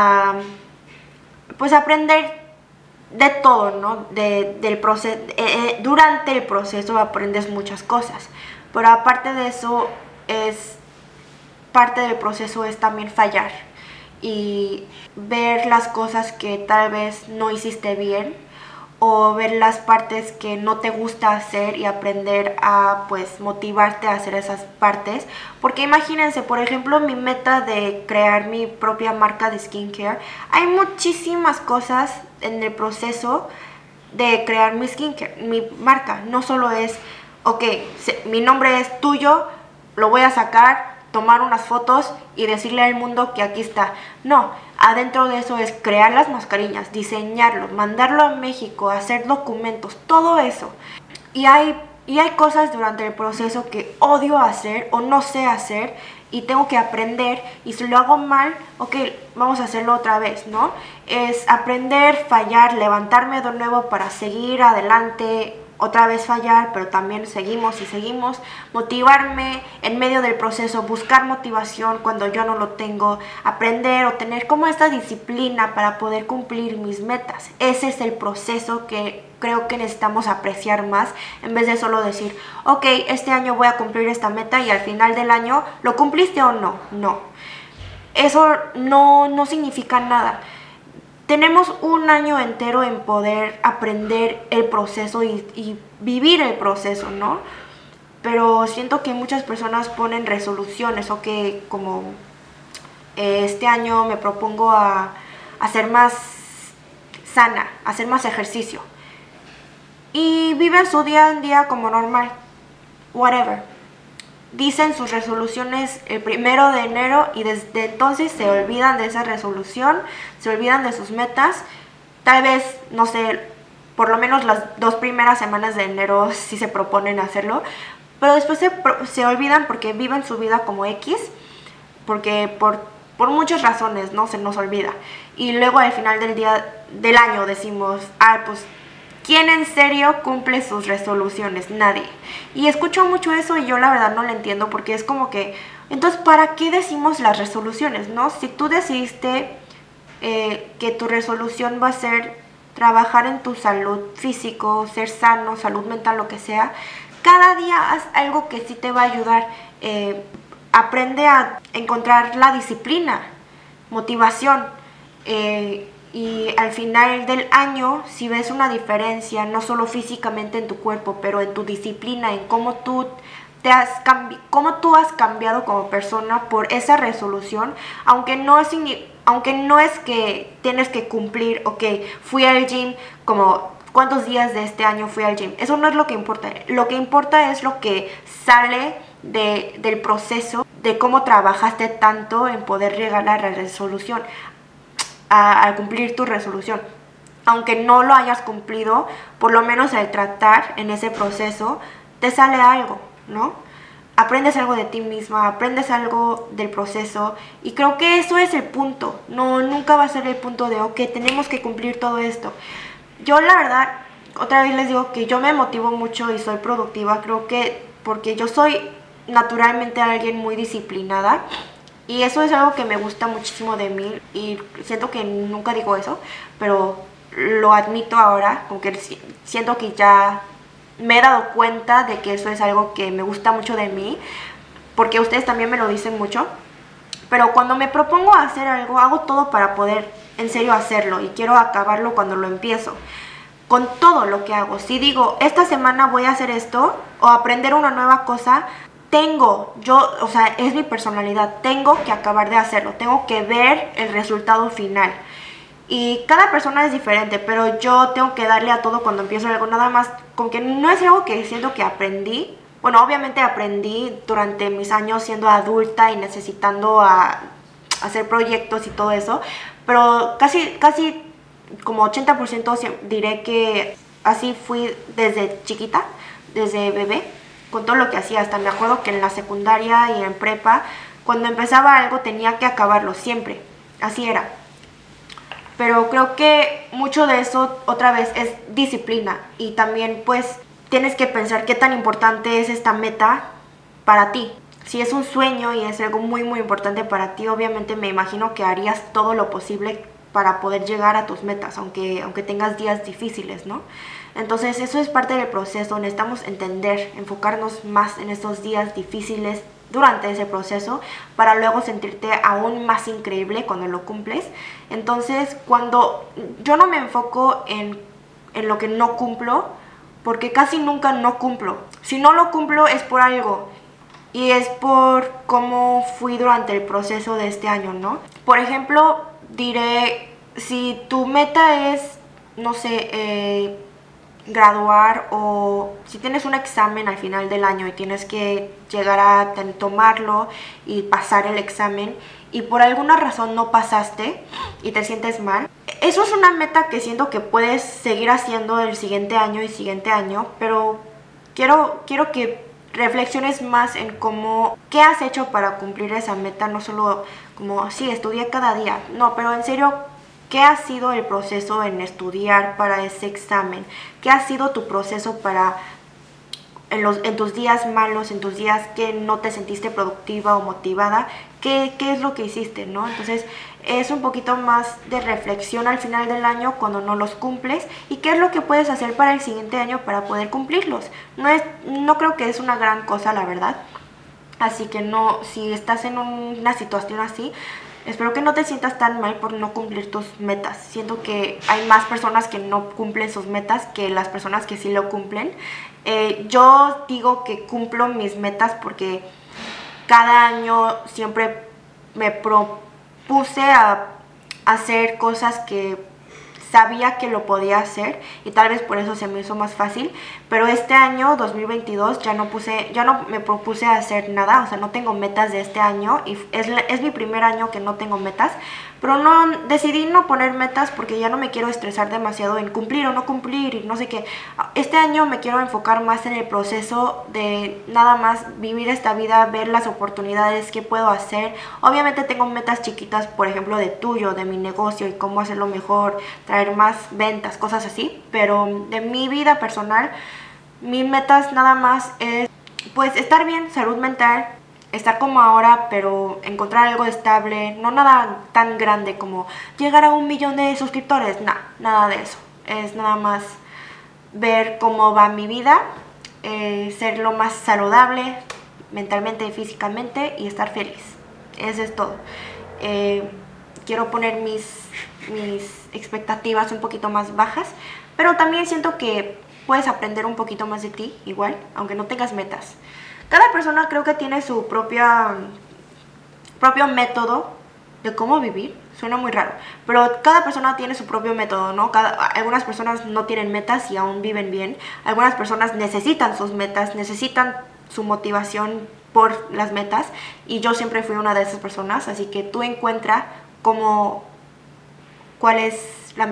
aprender de todo, ¿no? Del proceso. Durante el proceso aprendes muchas cosas, pero aparte de eso, parte del proceso es también fallar. y ver las cosas que tal vez no hiciste bien o ver las partes que no te gusta hacer y aprender a pues motivarte a hacer esas partes. Porque imagínense, por ejemplo, mi meta de crear mi propia marca de skincare, hay muchísimas cosas en el proceso de crear mi skincare, mi marca. No solo es, ok, mi nombre es tuyo, lo voy a sacar, tomar unas fotos y decirle al mundo que aquí está. No, adentro de eso es crear las mascarillas, diseñarlo, mandarlo a México, hacer documentos, todo eso. Y hay cosas durante el proceso que odio hacer o no sé hacer y tengo que aprender, y si lo hago mal, ok, vamos a hacerlo otra vez, ¿no? Es aprender, fallar, levantarme de nuevo para seguir adelante, otra vez fallar, pero también seguimos y seguimos, motivarme en medio del proceso, buscar motivación cuando yo no lo tengo, aprender o tener como esta disciplina para poder cumplir mis metas. Ese es el proceso que creo que necesitamos apreciar más, en vez de solo decir, ok, este año voy a cumplir esta meta y al final del año, ¿lo cumpliste o no? No. Eso no significa nada. Tenemos un año entero en poder aprender el proceso y vivir el proceso, ¿no? Pero siento que muchas personas ponen resoluciones, o que como este año me propongo a ser más sana, a hacer más ejercicio. Y viven su día en día como normal, whatever. Dicen sus resoluciones el 1 de enero y desde entonces se olvidan de esa resolución, se olvidan de sus metas. Tal vez, no sé, por lo menos las 2 primeras semanas de enero sí se proponen hacerlo, pero después se olvidan porque viven su vida como X, porque por muchas razones, ¿no? Se nos olvida. Y luego al final del año decimos, pues ¿quién en serio cumple sus resoluciones? Nadie. Y escucho mucho eso y yo la verdad no lo entiendo, porque es como que, entonces, ¿para qué decimos las resoluciones, no? Si tú decidiste que tu resolución va a ser trabajar en tu salud físico, ser sano, salud mental, lo que sea, cada día haz algo que sí te va a ayudar. Aprende a encontrar la disciplina, motivación, y al final del año, si ves una diferencia, no solo físicamente en tu cuerpo, pero en tu disciplina, en cómo tú has cambiado como persona por esa resolución, aunque no es que tienes que cumplir, ok, fui al gym como cuántos días de este año fui al gym. Eso no es lo que importa. Lo que importa es lo que sale del proceso, de cómo trabajaste tanto en poder llegar a la resolución, a cumplir tu resolución. Aunque no lo hayas cumplido, por lo menos al tratar en ese proceso, te sale algo, ¿no? Aprendes algo de ti misma, aprendes algo del proceso, y creo que eso es el punto. Nunca va a ser el punto de, ok, tenemos que cumplir todo esto. Yo la verdad, otra vez les digo que yo me motivo mucho y soy productiva, creo que porque yo soy naturalmente alguien muy disciplinada. Y eso es algo que me gusta muchísimo de mí, y siento que nunca digo eso, pero lo admito ahora, como que siento que ya me he dado cuenta de que eso es algo que me gusta mucho de mí, porque ustedes también me lo dicen mucho. Pero cuando me propongo hacer algo, hago todo para poder en serio hacerlo, y quiero acabarlo cuando lo empiezo. Con todo lo que hago, si digo, esta semana voy a hacer esto o aprender una nueva cosa, es mi personalidad, tengo que acabar de hacerlo, tengo que ver el resultado final. Y cada persona es diferente, pero yo tengo que darle a todo cuando empiezo algo, nada más, con que no es algo que siento que aprendí. Bueno, obviamente aprendí durante mis años siendo adulta y necesitando hacer proyectos y todo eso, pero casi como 80% diré que así fui desde chiquita, desde bebé, con todo lo que hacía. Hasta me acuerdo que en la secundaria y en prepa, cuando empezaba algo tenía que acabarlo siempre, así era. Pero creo que mucho de eso otra vez es disciplina, y también pues tienes que pensar qué tan importante es esta meta para ti. Si es un sueño y es algo muy muy importante para ti, obviamente me imagino que harías todo lo posible para poder llegar a tus metas, aunque tengas días difíciles, ¿no? Entonces eso es parte del proceso. Necesitamos enfocarnos más en estos días difíciles, durante ese proceso para luego sentirte aún más increíble cuando lo cumples. Entonces, cuando yo no me enfoco en lo que no cumplo, porque casi nunca no cumplo. Si no lo cumplo es por algo y es por cómo fui durante el proceso de este año, ¿no? Por ejemplo, diré, si tu meta es, no sé, graduar, o si tienes un examen al final del año y tienes que llegar a tomarlo y pasar el examen y por alguna razón no pasaste y te sientes mal, eso es una meta que siento que puedes seguir haciendo el siguiente año y siguiente año, pero quiero que reflexiones más en qué has hecho para cumplir esa meta, no solo como, sí, estudié cada día, no, pero en serio, ¿qué ha sido el proceso en estudiar para ese examen? ¿Qué ha sido tu proceso para en tus días malos, en tus días que no te sentiste productiva o motivada? ¿Qué es lo que hiciste, no? Entonces, es un poquito más de reflexión al final del año cuando no los cumples y qué es lo que puedes hacer para el siguiente año para poder cumplirlos. No creo que es una gran cosa, la verdad. Así que no, si estás en una situación así, espero que no te sientas tan mal por no cumplir tus metas. Siento que hay más personas que no cumplen sus metas que las personas que sí lo cumplen. Yo digo que cumplo mis metas porque cada año siempre me propuse a hacer cosas que sabía que lo podía hacer y tal vez por eso se me hizo más fácil, pero este año 2022 ya no me propuse a hacer nada, o sea, no tengo metas de este año y es mi primer año que no tengo metas, pero decidí no poner metas porque ya no me quiero estresar demasiado en cumplir o no cumplir y no sé qué. Este año me quiero enfocar más en el proceso de nada más vivir esta vida, ver las oportunidades que puedo hacer. Obviamente tengo metas chiquitas, por ejemplo, de tuyo, de mi negocio y cómo hacerlo mejor, traer más ventas, cosas así, pero de mi vida personal, mis metas nada más es pues estar bien, salud mental, estar como ahora, pero encontrar algo estable, no nada tan grande como llegar a 1 millón de suscriptores, nada de eso. Es nada más ver cómo va mi vida, ser lo más saludable mentalmente y físicamente y estar feliz. Eso es todo. Quiero poner mis expectativas un poquito más bajas, pero también siento que puedes aprender un poquito más de ti igual, aunque no tengas metas. Cada persona creo que tiene su propio método de cómo vivir. Suena muy raro, pero cada persona tiene su propio método, ¿no? Algunas personas no tienen metas y aún viven bien. Algunas personas necesitan sus metas, necesitan su motivación por las metas, y yo siempre fui una de esas personas, así que tú encuentra cuál es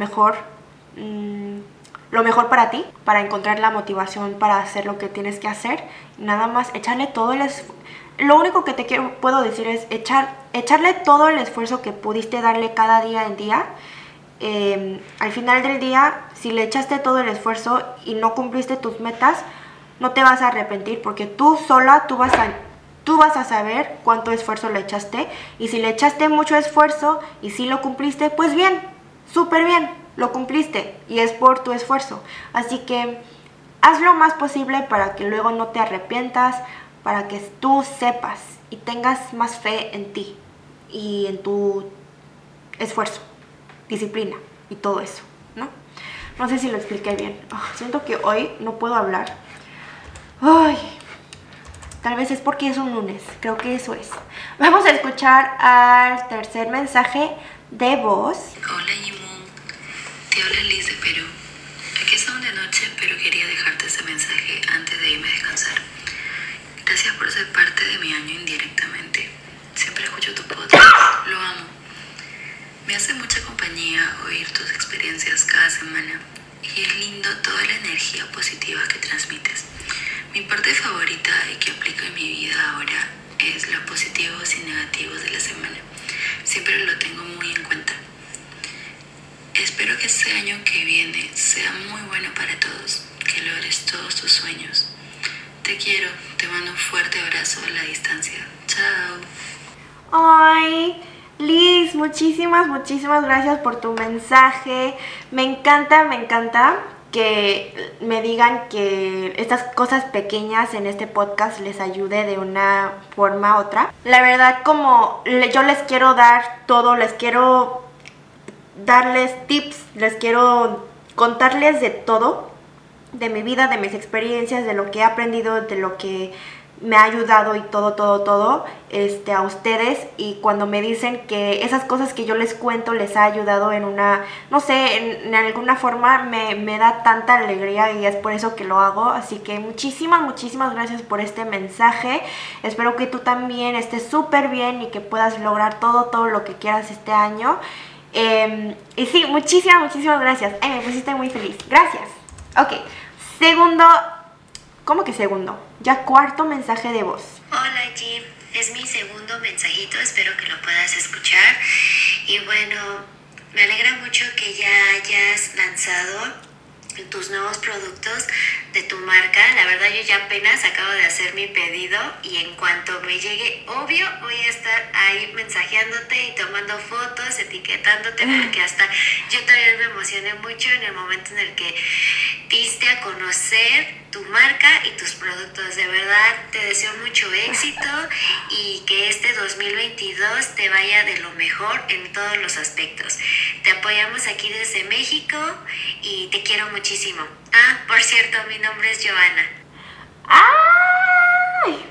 lo mejor para ti, para encontrar la motivación para hacer lo que tienes que hacer. Nada más echarle todo lo único que puedo decir es echarle todo el esfuerzo que pudiste darle cada día en día. Al final del día, si le echaste todo el esfuerzo y no cumpliste tus metas, no te vas a arrepentir, porque tú vas a saber cuánto esfuerzo le echaste, y si le echaste mucho esfuerzo y si lo cumpliste, pues bien, súper bien, lo cumpliste y es por tu esfuerzo. Así que haz lo más posible para que luego no te arrepientas, para que tú sepas y tengas más fe en ti y en tu esfuerzo, disciplina y todo eso, ¿no? No sé si lo expliqué bien. Siento que hoy no puedo hablar. Tal vez es porque es un lunes, creo que eso es. Vamos a escuchar al tercer mensaje de voz. Hola Yimon, te habla Liz de Perú. Aquí es aún de noche, pero quería dejarte ese mensaje antes de irme a descansar. Gracias por ser parte de mi año indirectamente. Siempre escucho tu podcast, lo amo. Me hace mucha compañía oír tus experiencias cada semana y es lindo toda la energía positiva que transmites. Mi parte favorita y que aplico en mi vida ahora es los positivos y negativos de la semana. Siempre lo tengo muy en cuenta. Espero que este año que viene sea muy bueno para todos, que logres todos tus sueños. Te quiero, te mando un fuerte abrazo a la distancia. Chao. Ay, Liz, muchísimas gracias por tu mensaje. Me encanta. que me digan que estas cosas pequeñas en este podcast les ayude de una forma u otra. La verdad, como yo les quiero dar todo, les quiero darles tips, les quiero contarles de todo, de mi vida, de mis experiencias, de lo que he aprendido, de lo que me ha ayudado y todo a ustedes. Y cuando me dicen que esas cosas que yo les cuento les ha ayudado en una, no sé, en alguna forma, me da tanta alegría y es por eso que lo hago. Así que muchísimas gracias por este mensaje. Espero que tú también estés súper bien y que puedas lograr todo lo que quieras este año. Y sí, muchísimas gracias. Me pusiste muy feliz. Gracias. Ok, segundo... ¿Cómo que segundo? Ya cuarto mensaje de voz. Hola Jim, es mi segundo mensajito, espero que lo puedas escuchar. Y bueno, me alegra mucho que ya hayas lanzado tus nuevos productos de tu marca. La verdad yo ya apenas acabo de hacer mi pedido y en cuanto me llegue, obvio voy a estar ahí mensajeándote y tomando fotos, etiquetándote, porque hasta yo también me emocioné mucho en el momento en el que diste a conocer tu marca y tus productos. De verdad te deseo mucho éxito y que este 2022 te vaya de lo mejor en todos los aspectos. Te apoyamos aquí desde México y te quiero muchísimo. Por cierto, mi nombre es Joana. ¡Ay!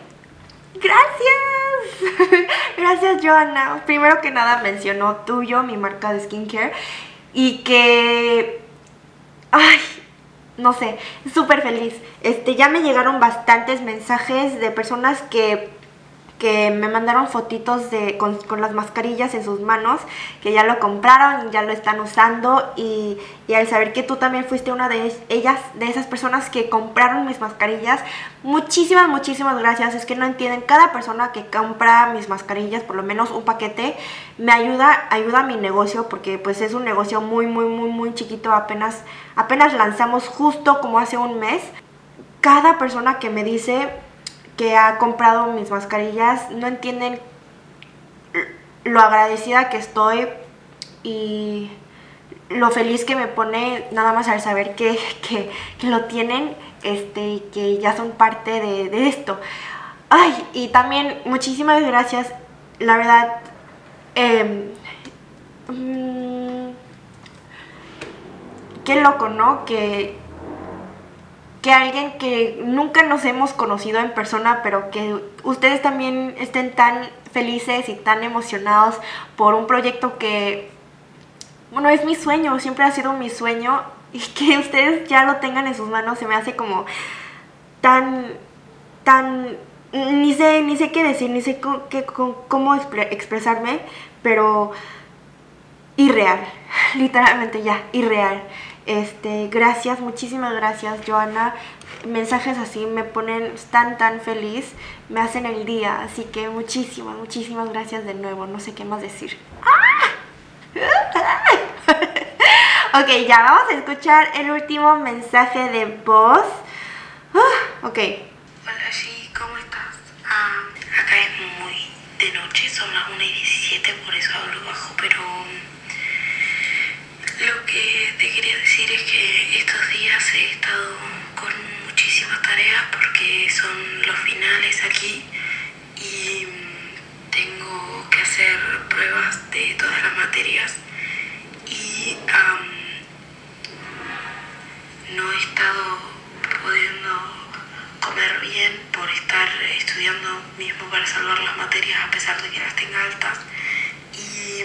¡Gracias! Gracias, Joana. Primero que nada mencionó tuyo, mi marca de skincare, y que... ¡ay! No sé, súper feliz. Ya me llegaron bastantes mensajes de personas que me mandaron fotitos con las mascarillas en sus manos, que ya lo compraron y ya lo están usando, y al saber que tú también fuiste una de esas personas que compraron mis mascarillas, muchísimas gracias. Es que no entienden, cada persona que compra mis mascarillas, por lo menos un paquete, me ayuda a mi negocio, porque pues es un negocio muy chiquito, apenas lanzamos justo como hace un mes. Cada persona que me dice que ha comprado mis mascarillas, no entienden lo agradecida que estoy y lo feliz que me pone nada más al saber que lo tienen, y que ya son parte de esto. Ay, y también muchísimas gracias, la verdad. Qué loco, ¿no? Que alguien que nunca nos hemos conocido en persona, pero que ustedes también estén tan felices y tan emocionados por un proyecto que, bueno, es mi sueño, siempre ha sido mi sueño, y que ustedes ya lo tengan en sus manos, se me hace como tan, ni sé qué decir, ni sé cómo expresarme, pero irreal, literalmente ya, irreal. Gracias, muchísimas gracias, Joana. Mensajes así me ponen tan feliz, me hacen el día, así que muchísimas gracias de nuevo, no sé qué más decir. Ok, ya vamos a escuchar el último mensaje de voz. Ok. Hola, sí, ¿cómo estás? Acá es muy de noche, son las 1:17, por eso hablo bajo, pero lo que te quería decir es que estos días he estado con muchísimas tareas porque son los finales aquí y tengo que hacer pruebas de todas las materias y no he estado pudiendo comer bien por estar estudiando mismo para salvar las materias a pesar de que las tenga altas y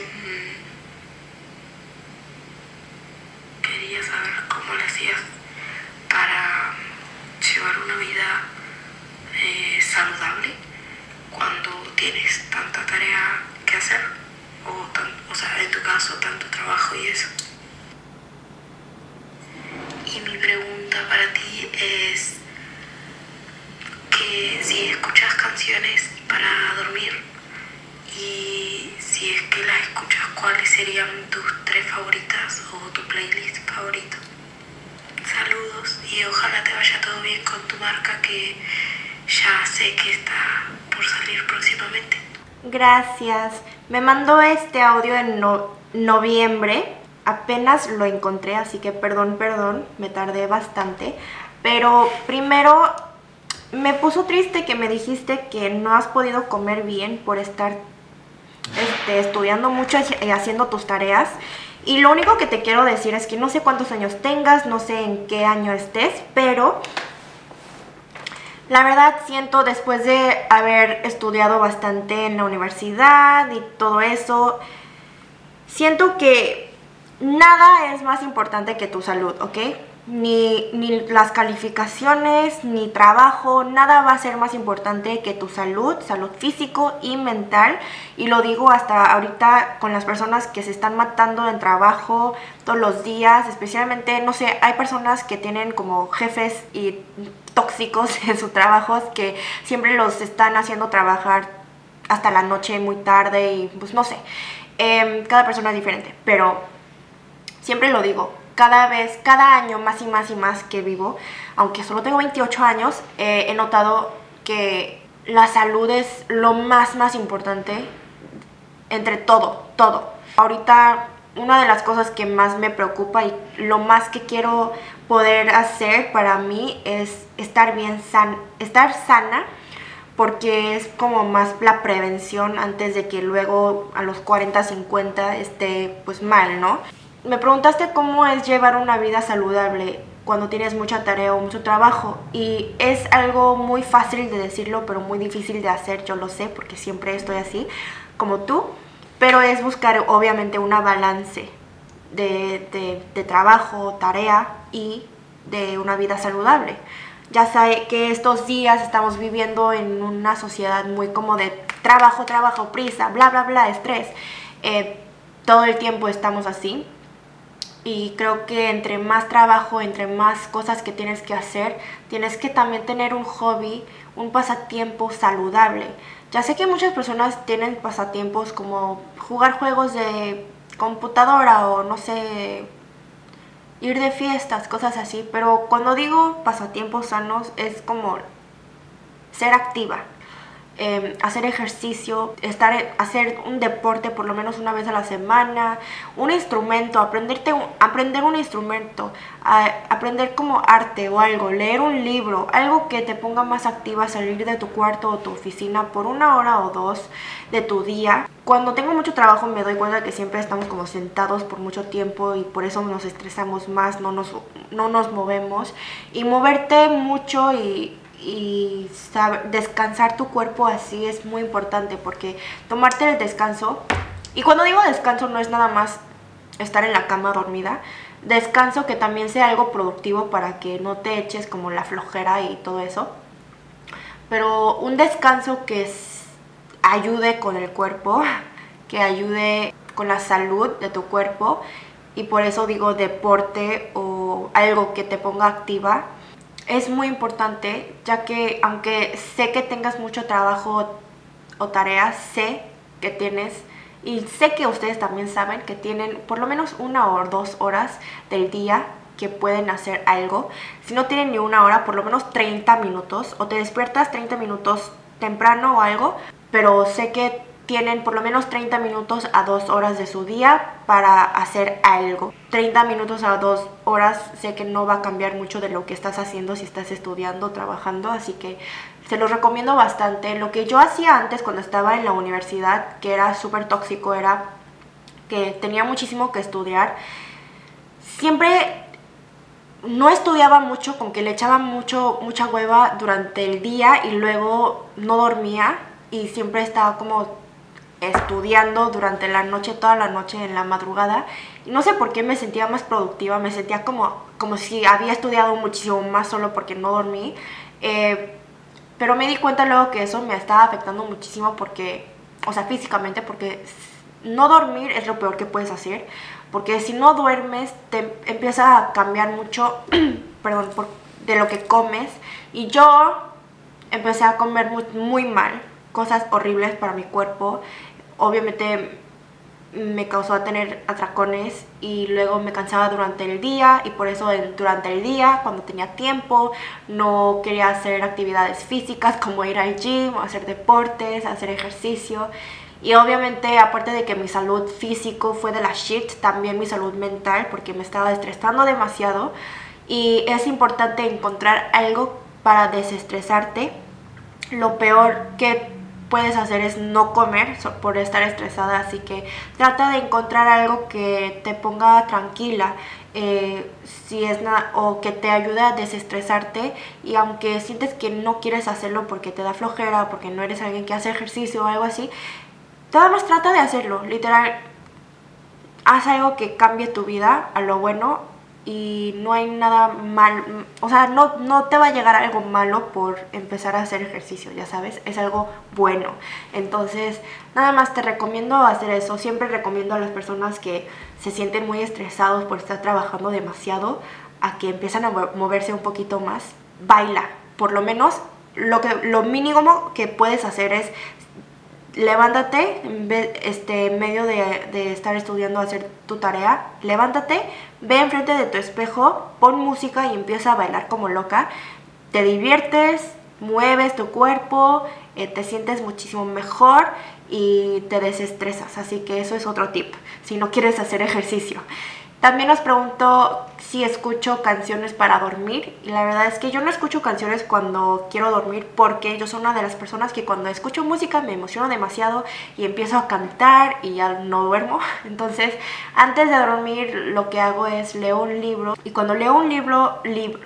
quería saber cómo le hacías para llevar una vida saludable cuando tienes tanta tarea que hacer o sea, en tu caso tanto trabajo y eso. Y mi pregunta para ti es que si escuchas canciones para dormir y si es que las escuchas, ¿cuáles serían tus 3 favoritas o tu playlist favorito? Saludos y ojalá te vaya todo bien con tu marca, que ya sé que está por salir próximamente. Gracias. Me mandó este audio en noviembre apenas lo encontré, así que perdón, me tardé bastante. Pero primero me puso triste que me dijiste que no has podido comer bien por estar estudiando mucho y haciendo tus tareas. Y lo único que te quiero decir es que no sé cuántos años tengas, no sé en qué año estés, pero la verdad siento, después de haber estudiado bastante en la universidad y todo eso, siento que nada es más importante que tu salud, ¿ok? Ni las calificaciones, ni trabajo, nada va a ser más importante que tu salud físico y mental. Y lo digo hasta ahorita con las personas que se están matando en trabajo todos los días, especialmente, no sé, hay personas que tienen como jefes y tóxicos en sus trabajos que siempre los están haciendo trabajar hasta la noche muy tarde y pues no sé, cada persona es diferente, pero siempre lo digo, cada año más y más y más que vivo, aunque solo tengo 28 años, he notado que la salud es lo más importante entre todo. Ahorita una de las cosas que más me preocupa y lo más que quiero poder hacer para mí es estar sana, porque es como más la prevención antes de que luego a los 40, 50 esté pues mal, ¿no? Me preguntaste cómo es llevar una vida saludable cuando tienes mucha tarea o mucho trabajo, y es algo muy fácil de decirlo pero muy difícil de hacer, yo lo sé porque siempre estoy así como tú, pero es buscar obviamente una balance de trabajo, tarea y de una vida saludable. Ya sé que estos días estamos viviendo en una sociedad muy como de trabajo, prisa, bla, bla, bla, estrés. Todo el tiempo estamos así. Y creo que entre más trabajo, entre más cosas que tienes que hacer, tienes que también tener un hobby, un pasatiempo saludable. Ya sé que muchas personas tienen pasatiempos como jugar juegos de computadora o no sé, ir de fiestas, cosas así, pero cuando digo pasatiempos sanos es como ser activa, hacer ejercicio, hacer un deporte por lo menos una vez a la semana, un instrumento, aprender un instrumento, aprender como arte o algo, leer un libro, algo que te ponga más activa, salir de tu cuarto o tu oficina por 1 hora o 2 de tu día. Cuando tengo mucho trabajo me doy cuenta que siempre estamos como sentados por mucho tiempo y por eso nos estresamos más, no nos movemos, y moverte mucho y descansar tu cuerpo así es muy importante, porque tomarte el descanso, y cuando digo descanso no es nada más estar en la cama dormida, descanso que también sea algo productivo para que no te eches como la flojera y todo eso, pero un descanso que ayude con el cuerpo, que ayude con la salud de tu cuerpo, y por eso digo deporte o algo que te ponga activa. Es muy importante, ya que aunque sé que tengas mucho trabajo o tareas, sé que tienes, y sé que ustedes también saben que tienen por lo menos 1 o 2 horas del día que pueden hacer algo. Si no tienen ni 1 hora, por lo menos 30 minutos, o te despiertas 30 minutos temprano o algo, pero sé que tienen por lo menos 30 minutos a 2 horas de su día para hacer algo. 30 minutos a 2 horas sé que no va a cambiar mucho de lo que estás haciendo si estás estudiando o trabajando, así que se los recomiendo bastante. Lo que yo hacía antes cuando estaba en la universidad, que era súper tóxico, era que tenía muchísimo que estudiar. Siempre no estudiaba mucho, con que le echaba mucha hueva durante el día y luego no dormía, y siempre estaba como estudiando durante la noche, toda la noche, en la madrugada, y no sé por qué me sentía más productiva, me sentía como si había estudiado muchísimo más solo porque no dormí, pero me di cuenta luego que eso me estaba afectando muchísimo, porque, o sea, físicamente, porque no dormir es lo peor que puedes hacer, porque si no duermes te empieza a cambiar mucho perdón, de lo que comes, y yo empecé a comer muy mal, cosas horribles para mi cuerpo. Obviamente me causó a tener atracones, y luego me cansaba durante el día, y por eso durante el día, cuando tenía tiempo, no quería hacer actividades físicas como ir al gym, hacer deportes, hacer ejercicio, Y obviamente, aparte de que mi salud físico fue de la shit, también mi salud mental, porque me estaba estresando demasiado. Y es importante encontrar algo para desestresarte. Lo peor que puedes hacer es no comer por estar estresada, así que trata de encontrar algo que te ponga tranquila, o que te ayude a desestresarte. Y aunque sientes que no quieres hacerlo porque te da flojera, porque no eres alguien que hace ejercicio o algo así, nada más trata de hacerlo, literal. Haz algo que cambie tu vida a lo bueno y no hay nada mal, o sea, no te va a llegar algo malo por empezar a hacer ejercicio, ya sabes, es algo bueno. Entonces, nada más te recomiendo hacer eso. Siempre recomiendo a las personas que se sienten muy estresados por estar trabajando demasiado, a que empiezan a moverse un poquito más. Baila, por lo menos lo mínimo que puedes hacer es levántate en medio de estar estudiando, hacer tu tarea. Levántate, ve enfrente de tu espejo, pon música y empieza a bailar como loca. Te diviertes, mueves tu cuerpo, te sientes muchísimo mejor y te desestresas. Así que eso es otro tip si no quieres hacer ejercicio. También os pregunto si escucho canciones para dormir, y la verdad es que yo no escucho canciones cuando quiero dormir, porque yo soy una de las personas que cuando escucho música me emociono demasiado y empiezo a cantar y ya no duermo. Entonces, antes de dormir lo que hago es leo un libro, y cuando leo un libro,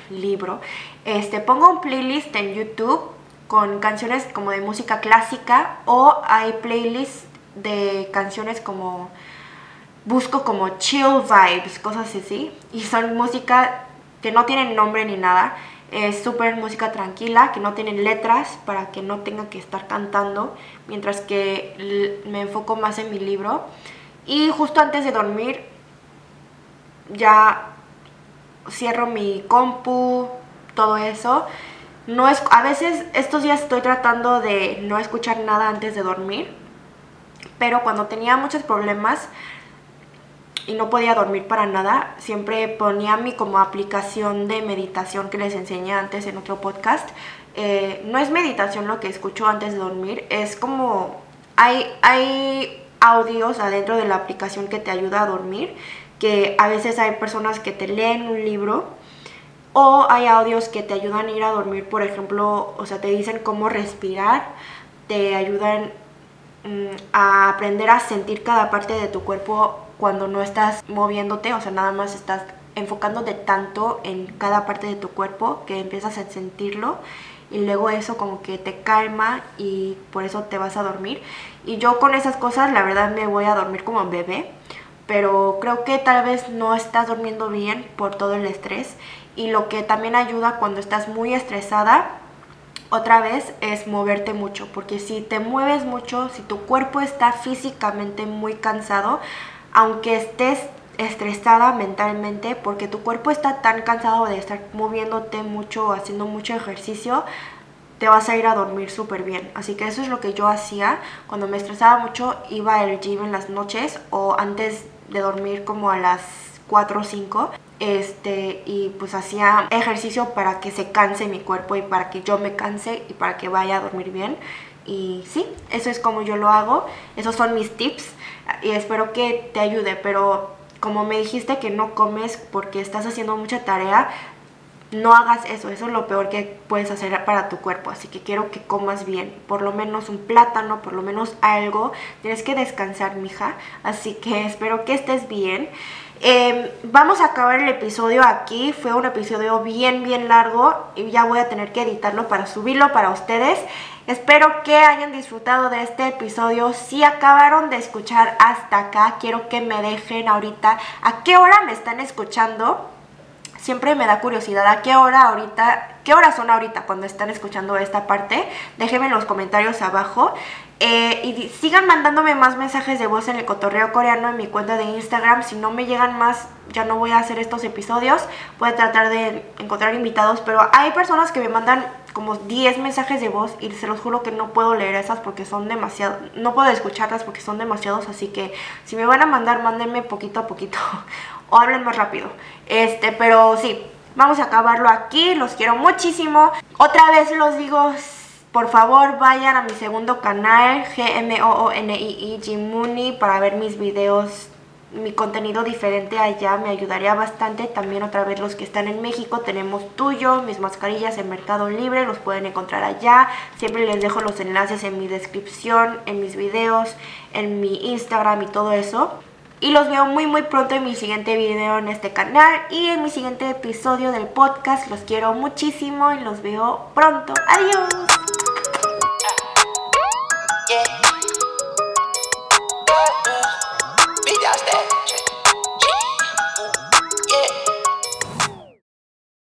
pongo un playlist en YouTube con canciones como de música clásica, o hay playlists de canciones como... busco como chill vibes, cosas así, y son música que no tienen nombre ni nada. Es súper música tranquila, que no tienen letras, para que no tenga que estar cantando, mientras que me enfoco más en mi libro. Y justo antes de dormir ya cierro mi compu, todo eso. A veces estos días estoy tratando de no escuchar nada antes de dormir, pero cuando tenía muchos problemas y no podía dormir para nada, siempre ponía mi como aplicación de meditación que les enseñé antes en otro podcast. No es meditación lo que escucho antes de dormir, es como... Hay audios adentro de la aplicación que te ayuda a dormir, que a veces hay personas que te leen un libro, o hay audios que te ayudan a ir a dormir, por ejemplo, o sea, te dicen cómo respirar, te ayudan a aprender a sentir cada parte de tu cuerpo cuando no estás moviéndote, o sea, nada más estás enfocándote tanto en cada parte de tu cuerpo que empiezas a sentirlo, y luego eso como que te calma y por eso te vas a dormir. Y yo con esas cosas la verdad me voy a dormir como bebé, pero creo que tal vez no estás durmiendo bien por todo el estrés. Y lo que también ayuda cuando estás muy estresada, otra vez, es moverte mucho, porque si te mueves mucho, si tu cuerpo está físicamente muy cansado, aunque estés estresada mentalmente, porque tu cuerpo está tan cansado de estar moviéndote mucho, haciendo mucho ejercicio, te vas a ir a dormir súper bien. Así que eso es lo que yo hacía cuando me estresaba mucho. Iba al gym en las noches o antes de dormir, como a las 4 o 5, y pues hacía ejercicio para que se canse mi cuerpo y para que yo me canse y para que vaya a dormir bien. Y sí, eso es como yo lo hago. Esos son mis tips y espero que te ayude. Pero como me dijiste que no comes porque estás haciendo mucha tarea, no hagas eso. Eso es lo peor que puedes hacer para tu cuerpo. Así que quiero que comas bien, por lo menos un plátano, por lo menos algo. Tienes que descansar, mija. Así que espero que estés bien. Vamos a acabar el episodio aquí. Fue un episodio bien largo y ya voy a tener que editarlo para subirlo para ustedes. Espero que hayan disfrutado de este episodio. Si acabaron de escuchar hasta acá, quiero que me dejen ahorita a qué hora me están escuchando. Siempre me da curiosidad a qué horas son ahorita cuando están escuchando esta parte. Déjenme en los comentarios abajo. Y sigan mandándome más mensajes de voz en el Cotorreo Coreano en mi cuenta de Instagram. Si no me llegan más, ya no voy a hacer estos episodios. Voy a tratar de encontrar invitados, pero hay personas que me mandan como 10 mensajes de voz y se los juro que no puedo leer esas porque son demasiado, no puedo escucharlas porque son demasiados. Así que si me van a mandar, mándenme poquito a poquito o hablen más rápido. Pero sí, vamos a acabarlo aquí. Los quiero muchísimo. Otra vez los digo, Por favor, vayan a mi segundo canal, GMOONII Gmooney, para ver mis videos, mi contenido diferente allá, me ayudaría bastante. También otra vez los que están en México, tenemos Tuyo, mis mascarillas en Mercado Libre, los pueden encontrar allá. Siempre les dejo los enlaces en mi descripción, en mis videos, en mi Instagram y todo eso. Y los veo muy pronto en mi siguiente video en este canal y en mi siguiente episodio del podcast. Los quiero muchísimo y los veo pronto. ¡Adiós! Be downstairs.